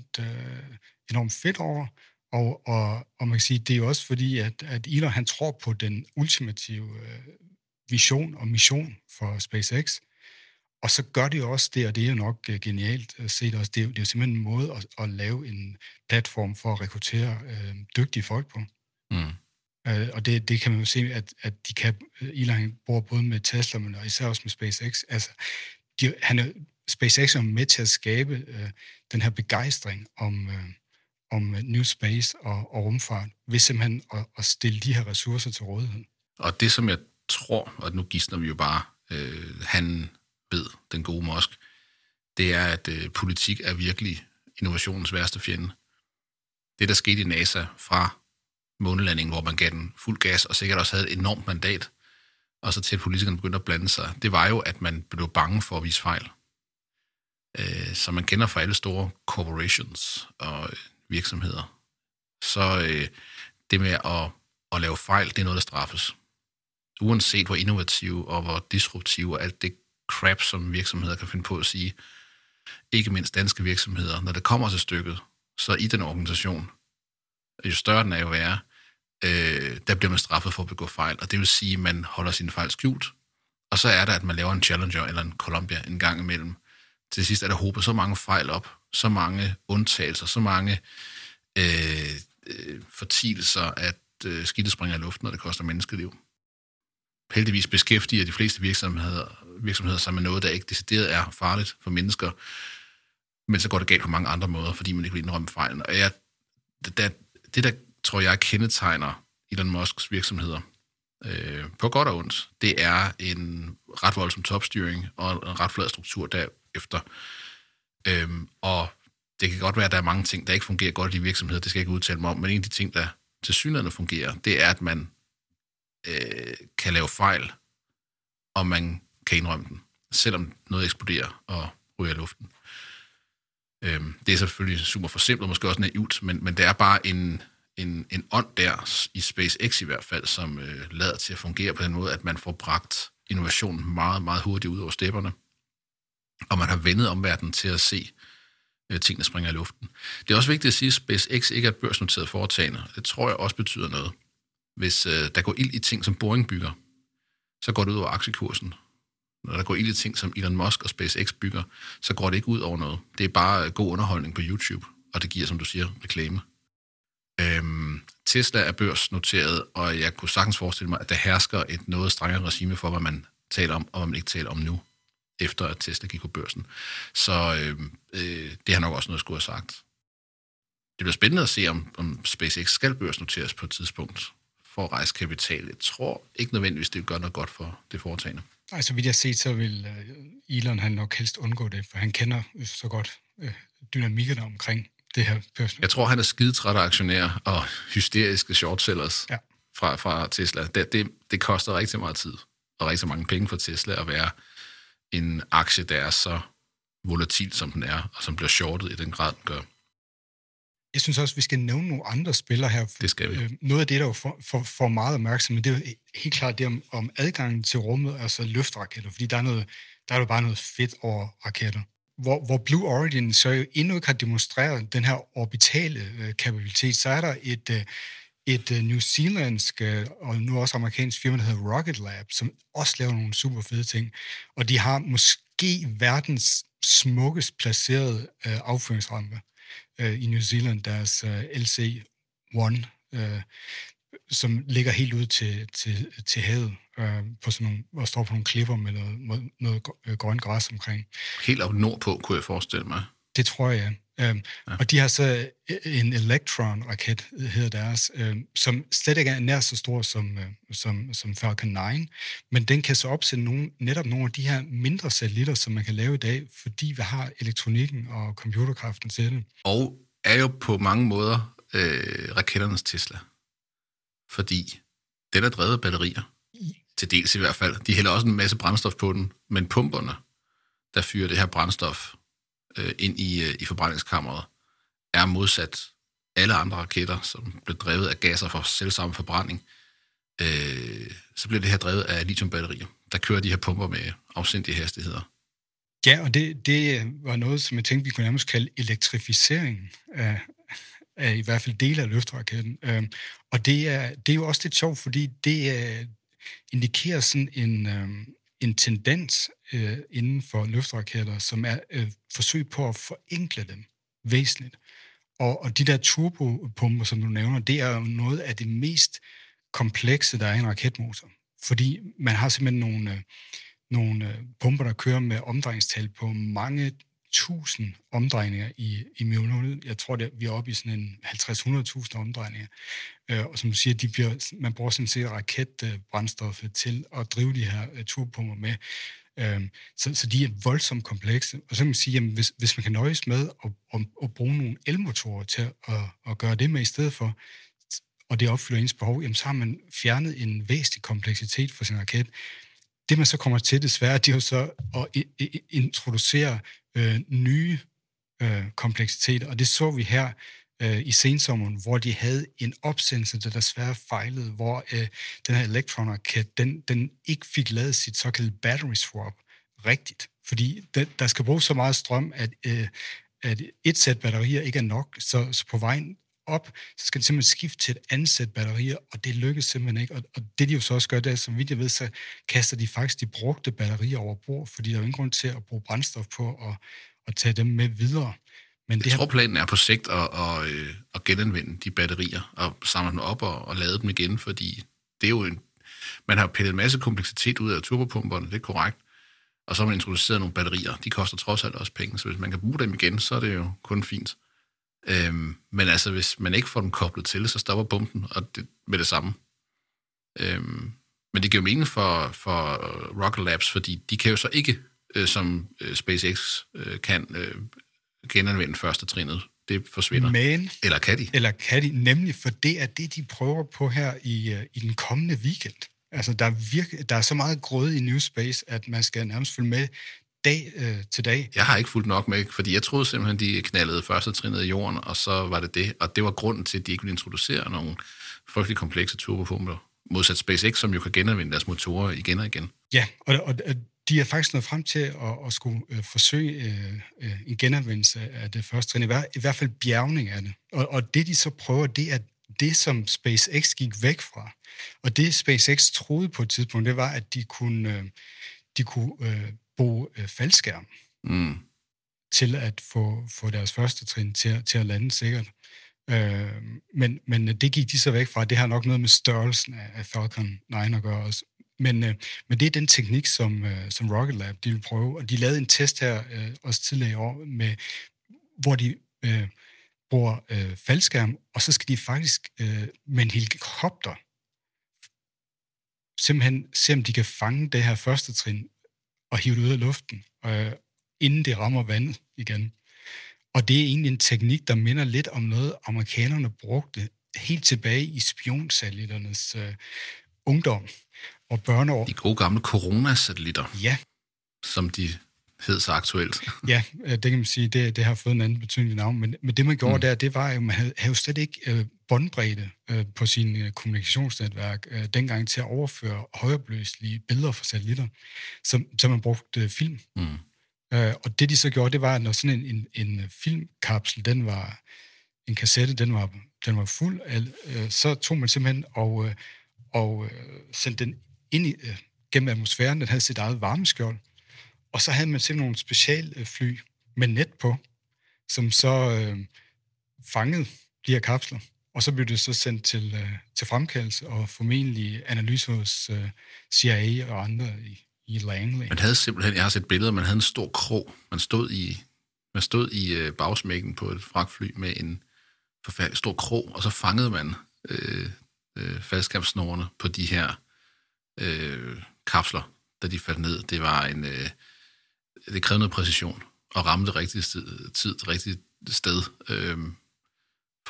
enormt fedt over. Og man kan sige, det er jo også fordi, at Elon han tror på den ultimative vision og mission for SpaceX. Og så gør det jo også det, og det er jo nok genialt set også, det er jo simpelthen en måde at lave en platform for at rekruttere dygtige folk på. Mm. Og det kan man jo se, at de kan, Elon bor både med Tesla, men især også med SpaceX. Altså, SpaceX er med til at skabe den her begejstring om New Space og rumfart, ved simpelthen at stille de her ressourcer til rådighed. Og det, som jeg tror, og nu gidsner vi jo bare, han ved, den gode Musk, det er, at politik er virkelig innovationens værste fjende. Det, der skete i NASA fra månelandingen, hvor man gav den fuld gas, og sikkert også havde et enormt mandat, og så til at politikerne begyndte at blande sig, det var jo, at man blev bange for at vise fejl. Som man kender fra alle store corporations og virksomheder. Så det med at lave fejl, det er noget, der straffes. Uanset hvor innovative og hvor disruptive og alt det crap, som virksomheder kan finde på at sige, ikke mindst danske virksomheder, når det kommer til stykket, så i den organisation, jo større den er jo være, der bliver man straffet for at begå fejl, og det vil sige, at man holder sine fejl skjult, og så er der, at man laver en Challenger eller en Columbia en gang imellem. Til sidst er der hobet så mange fejl op, så mange undtagelser, så mange fortielser, at skidtet springer i luften, og det koster menneskeliv. Heldigvis beskæftiger de fleste virksomheder sig med noget, der ikke decideret er farligt for mennesker, men så går det galt på mange andre måder, fordi man ikke vil indrømme fejlen. Og det der tror jeg kendetegner Elon Musks virksomheder, på godt og ondt, det er en ret voldsom topstyring og en ret flad struktur derefter. Og det kan godt være, at der er mange ting, der ikke fungerer godt i de virksomheder, det skal jeg ikke udtale mig om, men en af de ting, der tilsyneladende fungerer, det er, at man kan lave fejl, og man kan indrømme den, selvom noget eksploderer og ryger i luften. Det er selvfølgelig super forsimplet, måske også naivt, men det er bare en ånd der, i SpaceX i hvert fald, som lader til at fungere på den måde, at man får bragt innovationen meget, meget hurtigt ud over stepperne, og man har vendet omverdenen til at se tingene springer i luften. Det er også vigtigt at sige, at SpaceX ikke er et børsnoteret foretagende. Det tror jeg også betyder noget. Hvis der går ild i ting, som Boeing bygger, så går det ud over aktiekursen. Når der går ild i ting, som Elon Musk og SpaceX bygger, så går det ikke ud over noget. Det er bare god underholdning på YouTube, og det giver, som du siger, reklame. Tesla er børsnoteret, og jeg kunne sagtens forestille mig, at der hersker et noget strengere regime for, hvad man taler om, og hvad man ikke taler om nu, efter at Tesla gik på børsen. Så det har nok også noget at skulle have sagt. Det bliver spændende at se, om SpaceX skal børsnoteres på et tidspunkt for at rejse kapital. Jeg tror ikke nødvendigvis, det vil gøre noget godt for det foretagende. Altså, vidt jeg set, så vil Elon han nok helst undgå det, for han kender så godt dynamikkerne omkring det her børsnotering. Jeg tror, han er skidetræt af aktionærer og hysteriske shortsellers fra Tesla. Det koster rigtig meget tid og rigtig mange penge for Tesla at være en aktie, der er så volatil, som den er, og som bliver shortet i den grad, den gør. Jeg synes også, vi skal nævne nogle andre spillere her. Det skal vi. Noget af det, der jo får meget opmærksomhed, det er jo helt klart det om adgangen til rummet, altså luftraketter, fordi der er jo bare noget fedt over raketter. Hvor Blue Origin så jo endnu ikke har demonstreret den her orbitale kapabilitet, så er der et New Zealandsk og nu også amerikansk firma, der hedder Rocket Lab, som også laver nogle super fede ting. Og de har måske verdens smukkest placerede affyringsrampe i New Zealand, deres LC-1, som ligger helt ud til havet, på sådan nogle, og står på nogle klipper med noget grønt græs omkring. Helt op nordpå, kunne jeg forestille mig. Det tror jeg, ja. Og de har så en Electron-raket, hedder deres, som slet ikke er nær så stor som Falcon 9, men den kan så opsætte netop nogle af de her mindre satellitter, som man kan lave i dag, fordi vi har elektronikken og computerkraften til det. Og er jo på mange måder raketternes Tesla. Fordi den er drevet af batterier. Til dels i hvert fald. De hælder også en masse brændstof på den, men pumperne, der fyrer det her brændstof ind i forbrændingskammeret, er modsat alle andre raketter, som bliver drevet af gasser for selvsamme forbrænding, så bliver det her drevet af lithiumbatterier, der kører de her pumper med afsindige hastigheder. Ja, og det var noget, som jeg tænkte, vi kunne nærmest kalde elektrificering af i hvert fald dele af løfteraketten. Og det er jo også lidt sjovt, fordi det indikerer sådan en tendens inden for løfteraketter, som er forsøg på at forenkle dem væsentligt. Og de der turbopumper, som du nævner, det er jo noget af det mest komplekse, der er i en raketmotor. Fordi man har simpelthen nogle pumper, der kører med omdrejningstal på mange tusind omdrejninger i minuttet. Jeg tror, vi er oppe i sådan en 50-100.000 omdrejninger. Og som du siger, man bruger sådan set raketbrændstoffet til at drive de her turbopumper med. Så de er voldsomt komplekse. Og så kan man sige, at hvis man kan nøjes med at bruge nogle elmotorer til at gøre det med i stedet for, og det opfylder ens behov, jamen så har man fjernet en væsentlig kompleksitet for sin raket. Det man så kommer til desværre, det er jo så at introducere nye kompleksiteter, og det så vi her i sensommeren, hvor de havde en opsendelse, der desværre fejlede, hvor den her Electron-raket, den ikke fik lavet sit såkaldte battery swap rigtigt, fordi der skal bruges så meget strøm, at et sæt batterier ikke er nok, så på vejen op, så skal det simpelthen skifte til et andet sæt batterier, og det lykkes simpelthen ikke. Og det de jo så også gør, det er, som vidt jeg ved, så kaster de faktisk de brugte batterier over bord, fordi der er jo ingen grund til at bruge brændstof på at tage dem med videre. Men jeg tror, planen er på sigt at genanvende de batterier og samle dem op og lade dem igen, fordi det er jo man har pillet en masse kompleksitet ud af turbopumperne, det er korrekt, og så har man introduceret nogle batterier. De koster trods alt også penge, så hvis man kan bruge dem igen, så er det jo kun fint. Men altså, hvis man ikke får dem koblet til, så stopper pumpen og det, med det samme. Men det giver mening for Rocket Labs, fordi de kan jo så ikke, som SpaceX kan genanvende første trinet. Det forsvinder. Men, eller kan de? Nemlig, for det er det, de prøver på her i den kommende weekend. Altså, der er så meget grød i New Space, at man skal nærmest følge med dag til dag. Jeg har ikke fulgt nok med, fordi jeg troede simpelthen, de knaldede første trinet i jorden, og så var det. Og det var grunden til, at de ikke ville introducere nogle frygtelig komplekse turbopumper, modsat SpaceX, som jo kan genanvende deres motorer igen og igen. Ja, og de er faktisk nået frem til at skulle forsøge en genanvendelse af det første trin, i hvert fald bjergning af det. Og det, de så prøver, det er det, som SpaceX gik væk fra. Og det, SpaceX troede på et tidspunkt, det var, at de kunne bruge faldskærm til at få deres første trin til at lande sikkert. Men det gik de så væk fra. Det har nok noget med størrelsen af Falcon 9 at gøre også. Men det er den teknik, som Rocket Lab de vil prøve. Og de lavede en test her også tidligere i år, hvor de bruger faldskærm, og så skal de faktisk med en helikopter simpelthen se, om de kan fange det her første trin og hive det ud af luften, inden det rammer vandet igen. Og det er egentlig en teknik, der minder lidt om noget, amerikanerne brugte helt tilbage i spionsatellitternes ungdom og børneår. De gode gamle coronasatellitter. Ja. Som de hed så aktuelt. Ja, det kan man sige, det har fået en anden betydelig navn. Men det, man gjorde der, det var jo, man havde jo slet ikke båndbredde på sin kommunikationsnetværk dengang til at overføre højopløselige billeder fra satellitter, som man brugte film. Og det, de så gjorde, det var, at når sådan en filmkapsel, en kassette, den var fuld, så tog man simpelthen og sendte den ind gennem atmosfæren. Den havde sit eget varmeskjold. Og så havde man simpelthen nogle specialfly med net på, som så fangede de her kapsler. Og så blev det så sendt til fremkaldelse og formentlig analyse hos CIA og andre i Langley. Man havde simpelthen, jeg har set billeder, man havde en stor krog. Man stod i bagsmækken på et fragtfly med en forfærdelig stor krog, og så fangede man faldskærmssnorene på de her kapsler, da de faldt ned. Det var det krævede noget præcision og ramme det rigtige tid, det rigtige sted.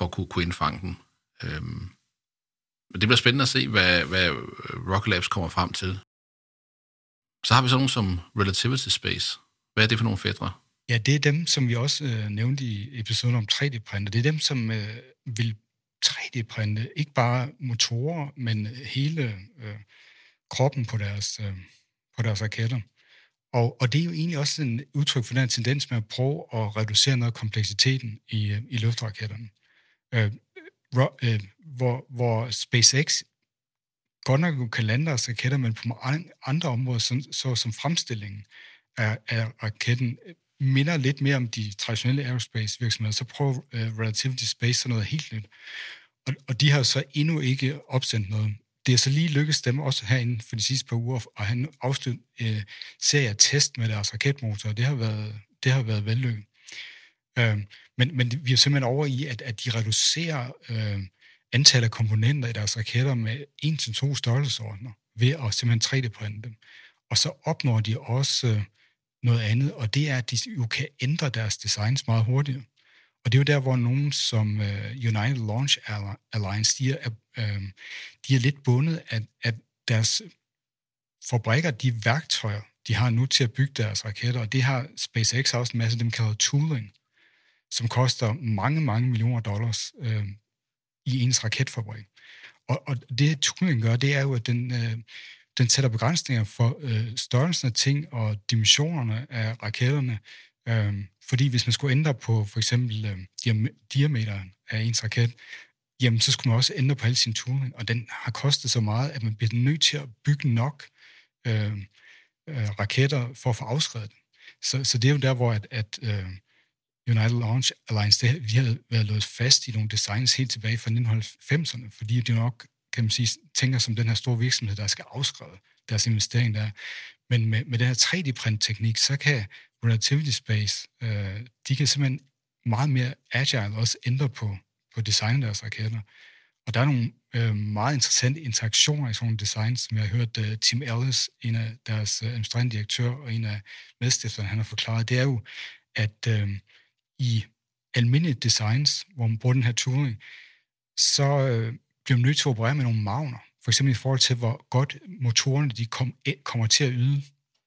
for at kunne indfange den. Men det bliver spændende at se, hvad Rocket Labs kommer frem til. Så har vi sådan nogle som Relativity Space. Hvad er det for nogle fætre? Ja, det er dem, som vi også nævnte i episoden om 3D-printer. Det er dem, som vil 3D-printe ikke bare motorer, men hele kroppen på deres raketter. Og det er jo egentlig også en udtryk for den tendens med at prøve at reducere noget af kompleksiteten i luftraketterne. Hvor SpaceX godt nok kan lande deres raketter, men på andre områder, så som fremstillingen af raketten minder lidt mere om de traditionelle aerospace-virksomheder, så prøver Relativity Space sådan noget helt nyt. Og de har så endnu ikke opsendt noget. Det er så lige lykkedes dem også herinde for de sidste par uger at have afsluttet serie af test med deres raketmotorer. Det har været vellykket. Men vi er simpelthen over i, at de reducerer antallet af komponenter i deres raketter med 1-2 størrelsesordener ved at simpelthen 3D-printe dem. Og så opnår de også noget andet, og det er, at de jo kan ændre deres designs meget hurtigere. Og det er jo der, hvor nogen som United Launch Alliance, de er lidt bundet af deres fabrikker, de værktøjer, de har nu til at bygge deres raketter, og det har SpaceX også en masse, dem kalder tooling, som koster mange, mange millioner dollars i ens raketfabrik. Og det tooling gør, det er jo, at den sætter begrænsninger for størrelsen af ting og dimensionerne af raketterne. Fordi hvis man skulle ændre på for eksempel diameteren af ens raket, jamen så skulle man også ændre på al sin tooling, og den har kostet så meget, at man bliver nødt til at bygge nok raketter for at få afskrevet det. Så det er jo der, hvor at United Launch Alliance, vi har været låst fast i nogle designs helt tilbage fra 1990'erne, fordi de nok, kan man sige, tænker som den her store virksomhed, der skal afskrive deres investering der. Men med den her 3D-print-teknik, så kan Relativity Space, de kan simpelthen meget mere agile også ændre på designet af deres raketter. Og der er nogle meget interessante interaktioner i sådan nogle designs, som jeg har hørt Tim Ellis, en af deres administrerende direktør og en af medstifterne, han har forklaret. Det er jo, at i almindelige designs, hvor man bruger den her tooling, så bliver man nødt til at operere med nogle marginer. For eksempel i forhold til, hvor godt motorerne de kommer til at yde.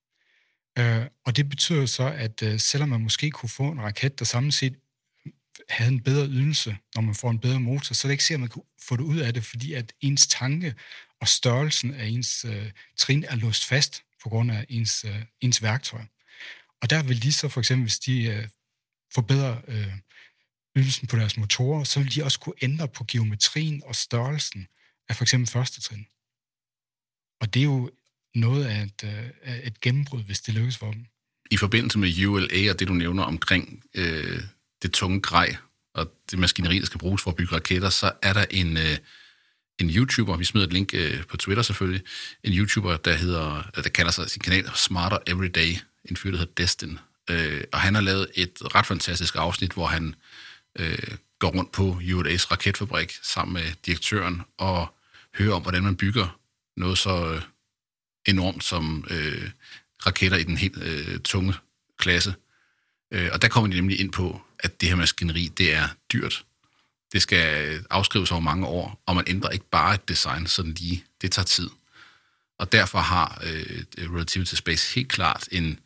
Og det betyder så, at selvom man måske kunne få en raket, der samlet set havde en bedre ydelse, når man får en bedre motor, så er det ikke sikkert, at man kunne få det ud af det, fordi at ens tanke og størrelsen af ens trin er låst fast på grund af ens værktøj. Og der vil de så for eksempel, hvis de forbedrer ydelsen på deres motorer, så vil de også kunne ændre på geometrien og størrelsen af for eksempel første trin. Og det er jo noget af et gennembrud, hvis det lykkes for dem. I forbindelse med ULA og det, du nævner omkring det tunge grej og det maskineri, der skal bruges for at bygge raketter, så er der en YouTuber, vi smider et link på Twitter selvfølgelig, en YouTuber, der kalder sig sin kanal Smarter Everyday, en fyr, der hedder Destin. Og han har lavet et ret fantastisk afsnit, hvor han går rundt på ULA's raketfabrik sammen med direktøren og hører om, hvordan man bygger noget så enormt som raketter i den helt tunge klasse. Og der kommer de nemlig ind på, at det her maskineri, det er dyrt. Det skal afskrives over mange år, og man ændrer ikke bare et design sådan lige. Det tager tid. Og derfor har Relativity Space helt klart de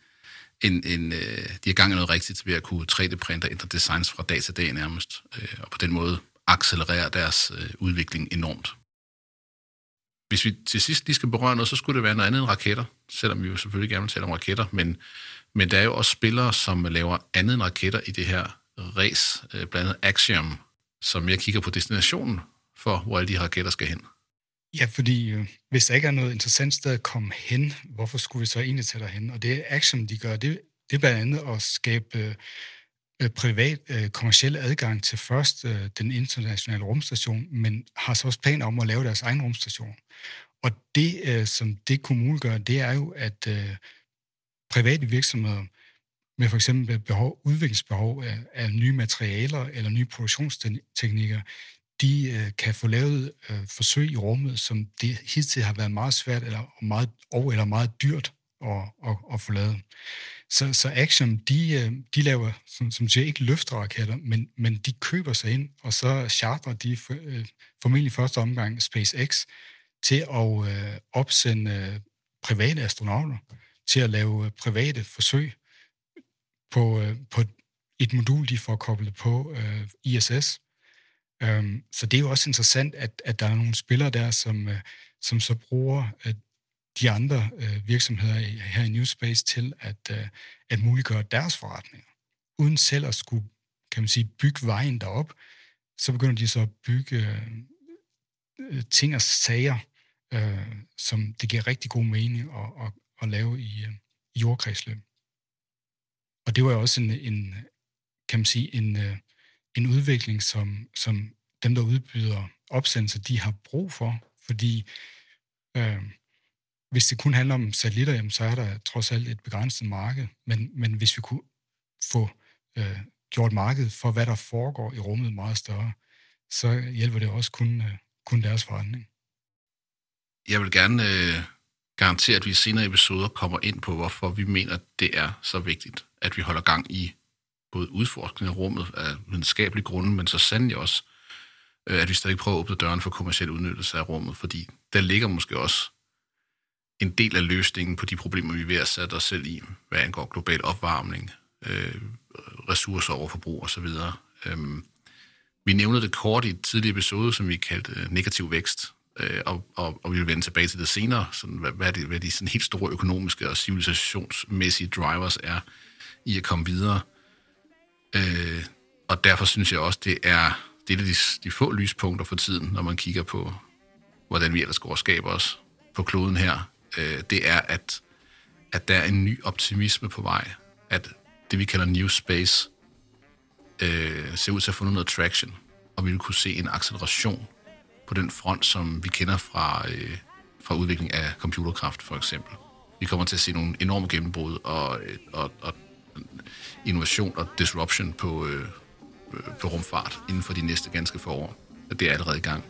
har gang i noget rigtigt ved at kunne 3D-printe og ændre designs fra dag til dag nærmest, og på den måde accelerere deres udvikling enormt. Hvis vi til sidst lige skal berøre noget, så skulle det være noget andet end raketter, selvom vi jo selvfølgelig gerne vil tale om raketter, men der er jo også spillere, som laver andet end raketter i det her race, blandt andet Axiom, som jeg kigger på destinationen for, hvor alle de raketter skal hen. Ja, fordi hvis der ikke er noget interessant sted at komme hen, hvorfor skulle vi så egentlig tage derhen? Og det Axiom, de gør, det er blandt andet at skabe privat kommerciel adgang til først den internationale rumstation, men har så også planer om at lave deres egen rumstation. Og det, som det kunne muliggøre, det er jo, at private virksomheder med for eksempel udviklingsbehov af nye materialer eller nye produktionsteknikker, de kan få lavet forsøg i rummet, som det hidtil har været meget svært eller meget dyrt at få lavet. Så Axiom, de laver, som siger, ikke løfteraketter, men de køber sig ind, og så chartrer de formentlig første omgang SpaceX til at opsende private astronauter, til at lave private forsøg på et modul, de får koblet på ISS. Så det er jo også interessant, at der er nogle spillere der, som så bruger de andre virksomheder her i New Space til at muliggøre deres forretninger. Uden selv at skulle, kan man sige, bygge vejen derop, så begynder de så at bygge ting og sager, som det giver rigtig god mening at lave i jordkredsløb. Og det var jo også kan man sige, en udvikling, som dem, der udbyder opsendelser, de har brug for, fordi hvis det kun handler om satellitter, jamen, så er der trods alt et begrænset marked, men hvis vi kunne få gjort markedet for, hvad der foregår i rummet meget større, så hjælper det også kun deres forretning. Jeg vil gerne garantere, at vi i senere episoder kommer ind på, hvorfor vi mener, det er så vigtigt, at vi holder gang i både udforskning af rummet af videnskabelige grunde, men så sandelig også, at vi stadig prøver at åbne døren for kommerciel udnyttelse af rummet, fordi der ligger måske også en del af løsningen på de problemer, vi er ved at sætte os selv i, hvad angår global opvarmning, ressourceoverforbrug osv. Vi nævnte det kort i et tidligere episode, som vi kaldte negativ vækst, og vi vil vende tilbage til det senere, sådan, hvad de sådan helt store økonomiske og civilisationsmæssige drivers er i at komme videre. Og derfor synes jeg også, det er et af de få lyspunkter for tiden, når man kigger på, hvordan vi ellers går og skaber os på kloden her. Det er, at der er en ny optimisme på vej. At det, vi kalder New Space, ser ud til at få noget traction, og vi vil kunne se en acceleration på den front, som vi kender fra udvikling af computerkraft, for eksempel. Vi kommer til at se nogle enorme gennembrud og innovation og disruption på rumfart inden for de næste ganske få år. Og det er allerede i gang.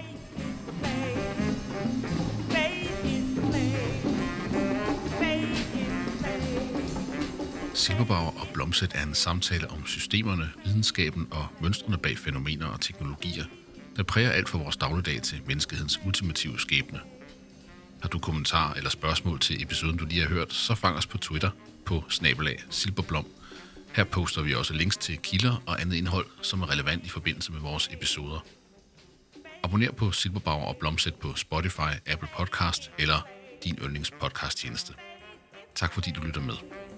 Silberbauer og Blomstedt er en samtale om systemerne, videnskaben og mønstrene bag fænomener og teknologier, der præger alt fra vores dagligdag til menneskehedens ultimative skæbne. Har du kommentarer eller spørgsmål til episoden, du lige har hørt, så fang os på Twitter på @silberblom. Her poster vi også links til kilder og andet indhold, som er relevant i forbindelse med vores episoder. Abonner på Silberbauer og Blomstedt på Spotify, Apple Podcast eller din yndlingspodcast-tjeneste. Tak fordi du lytter med.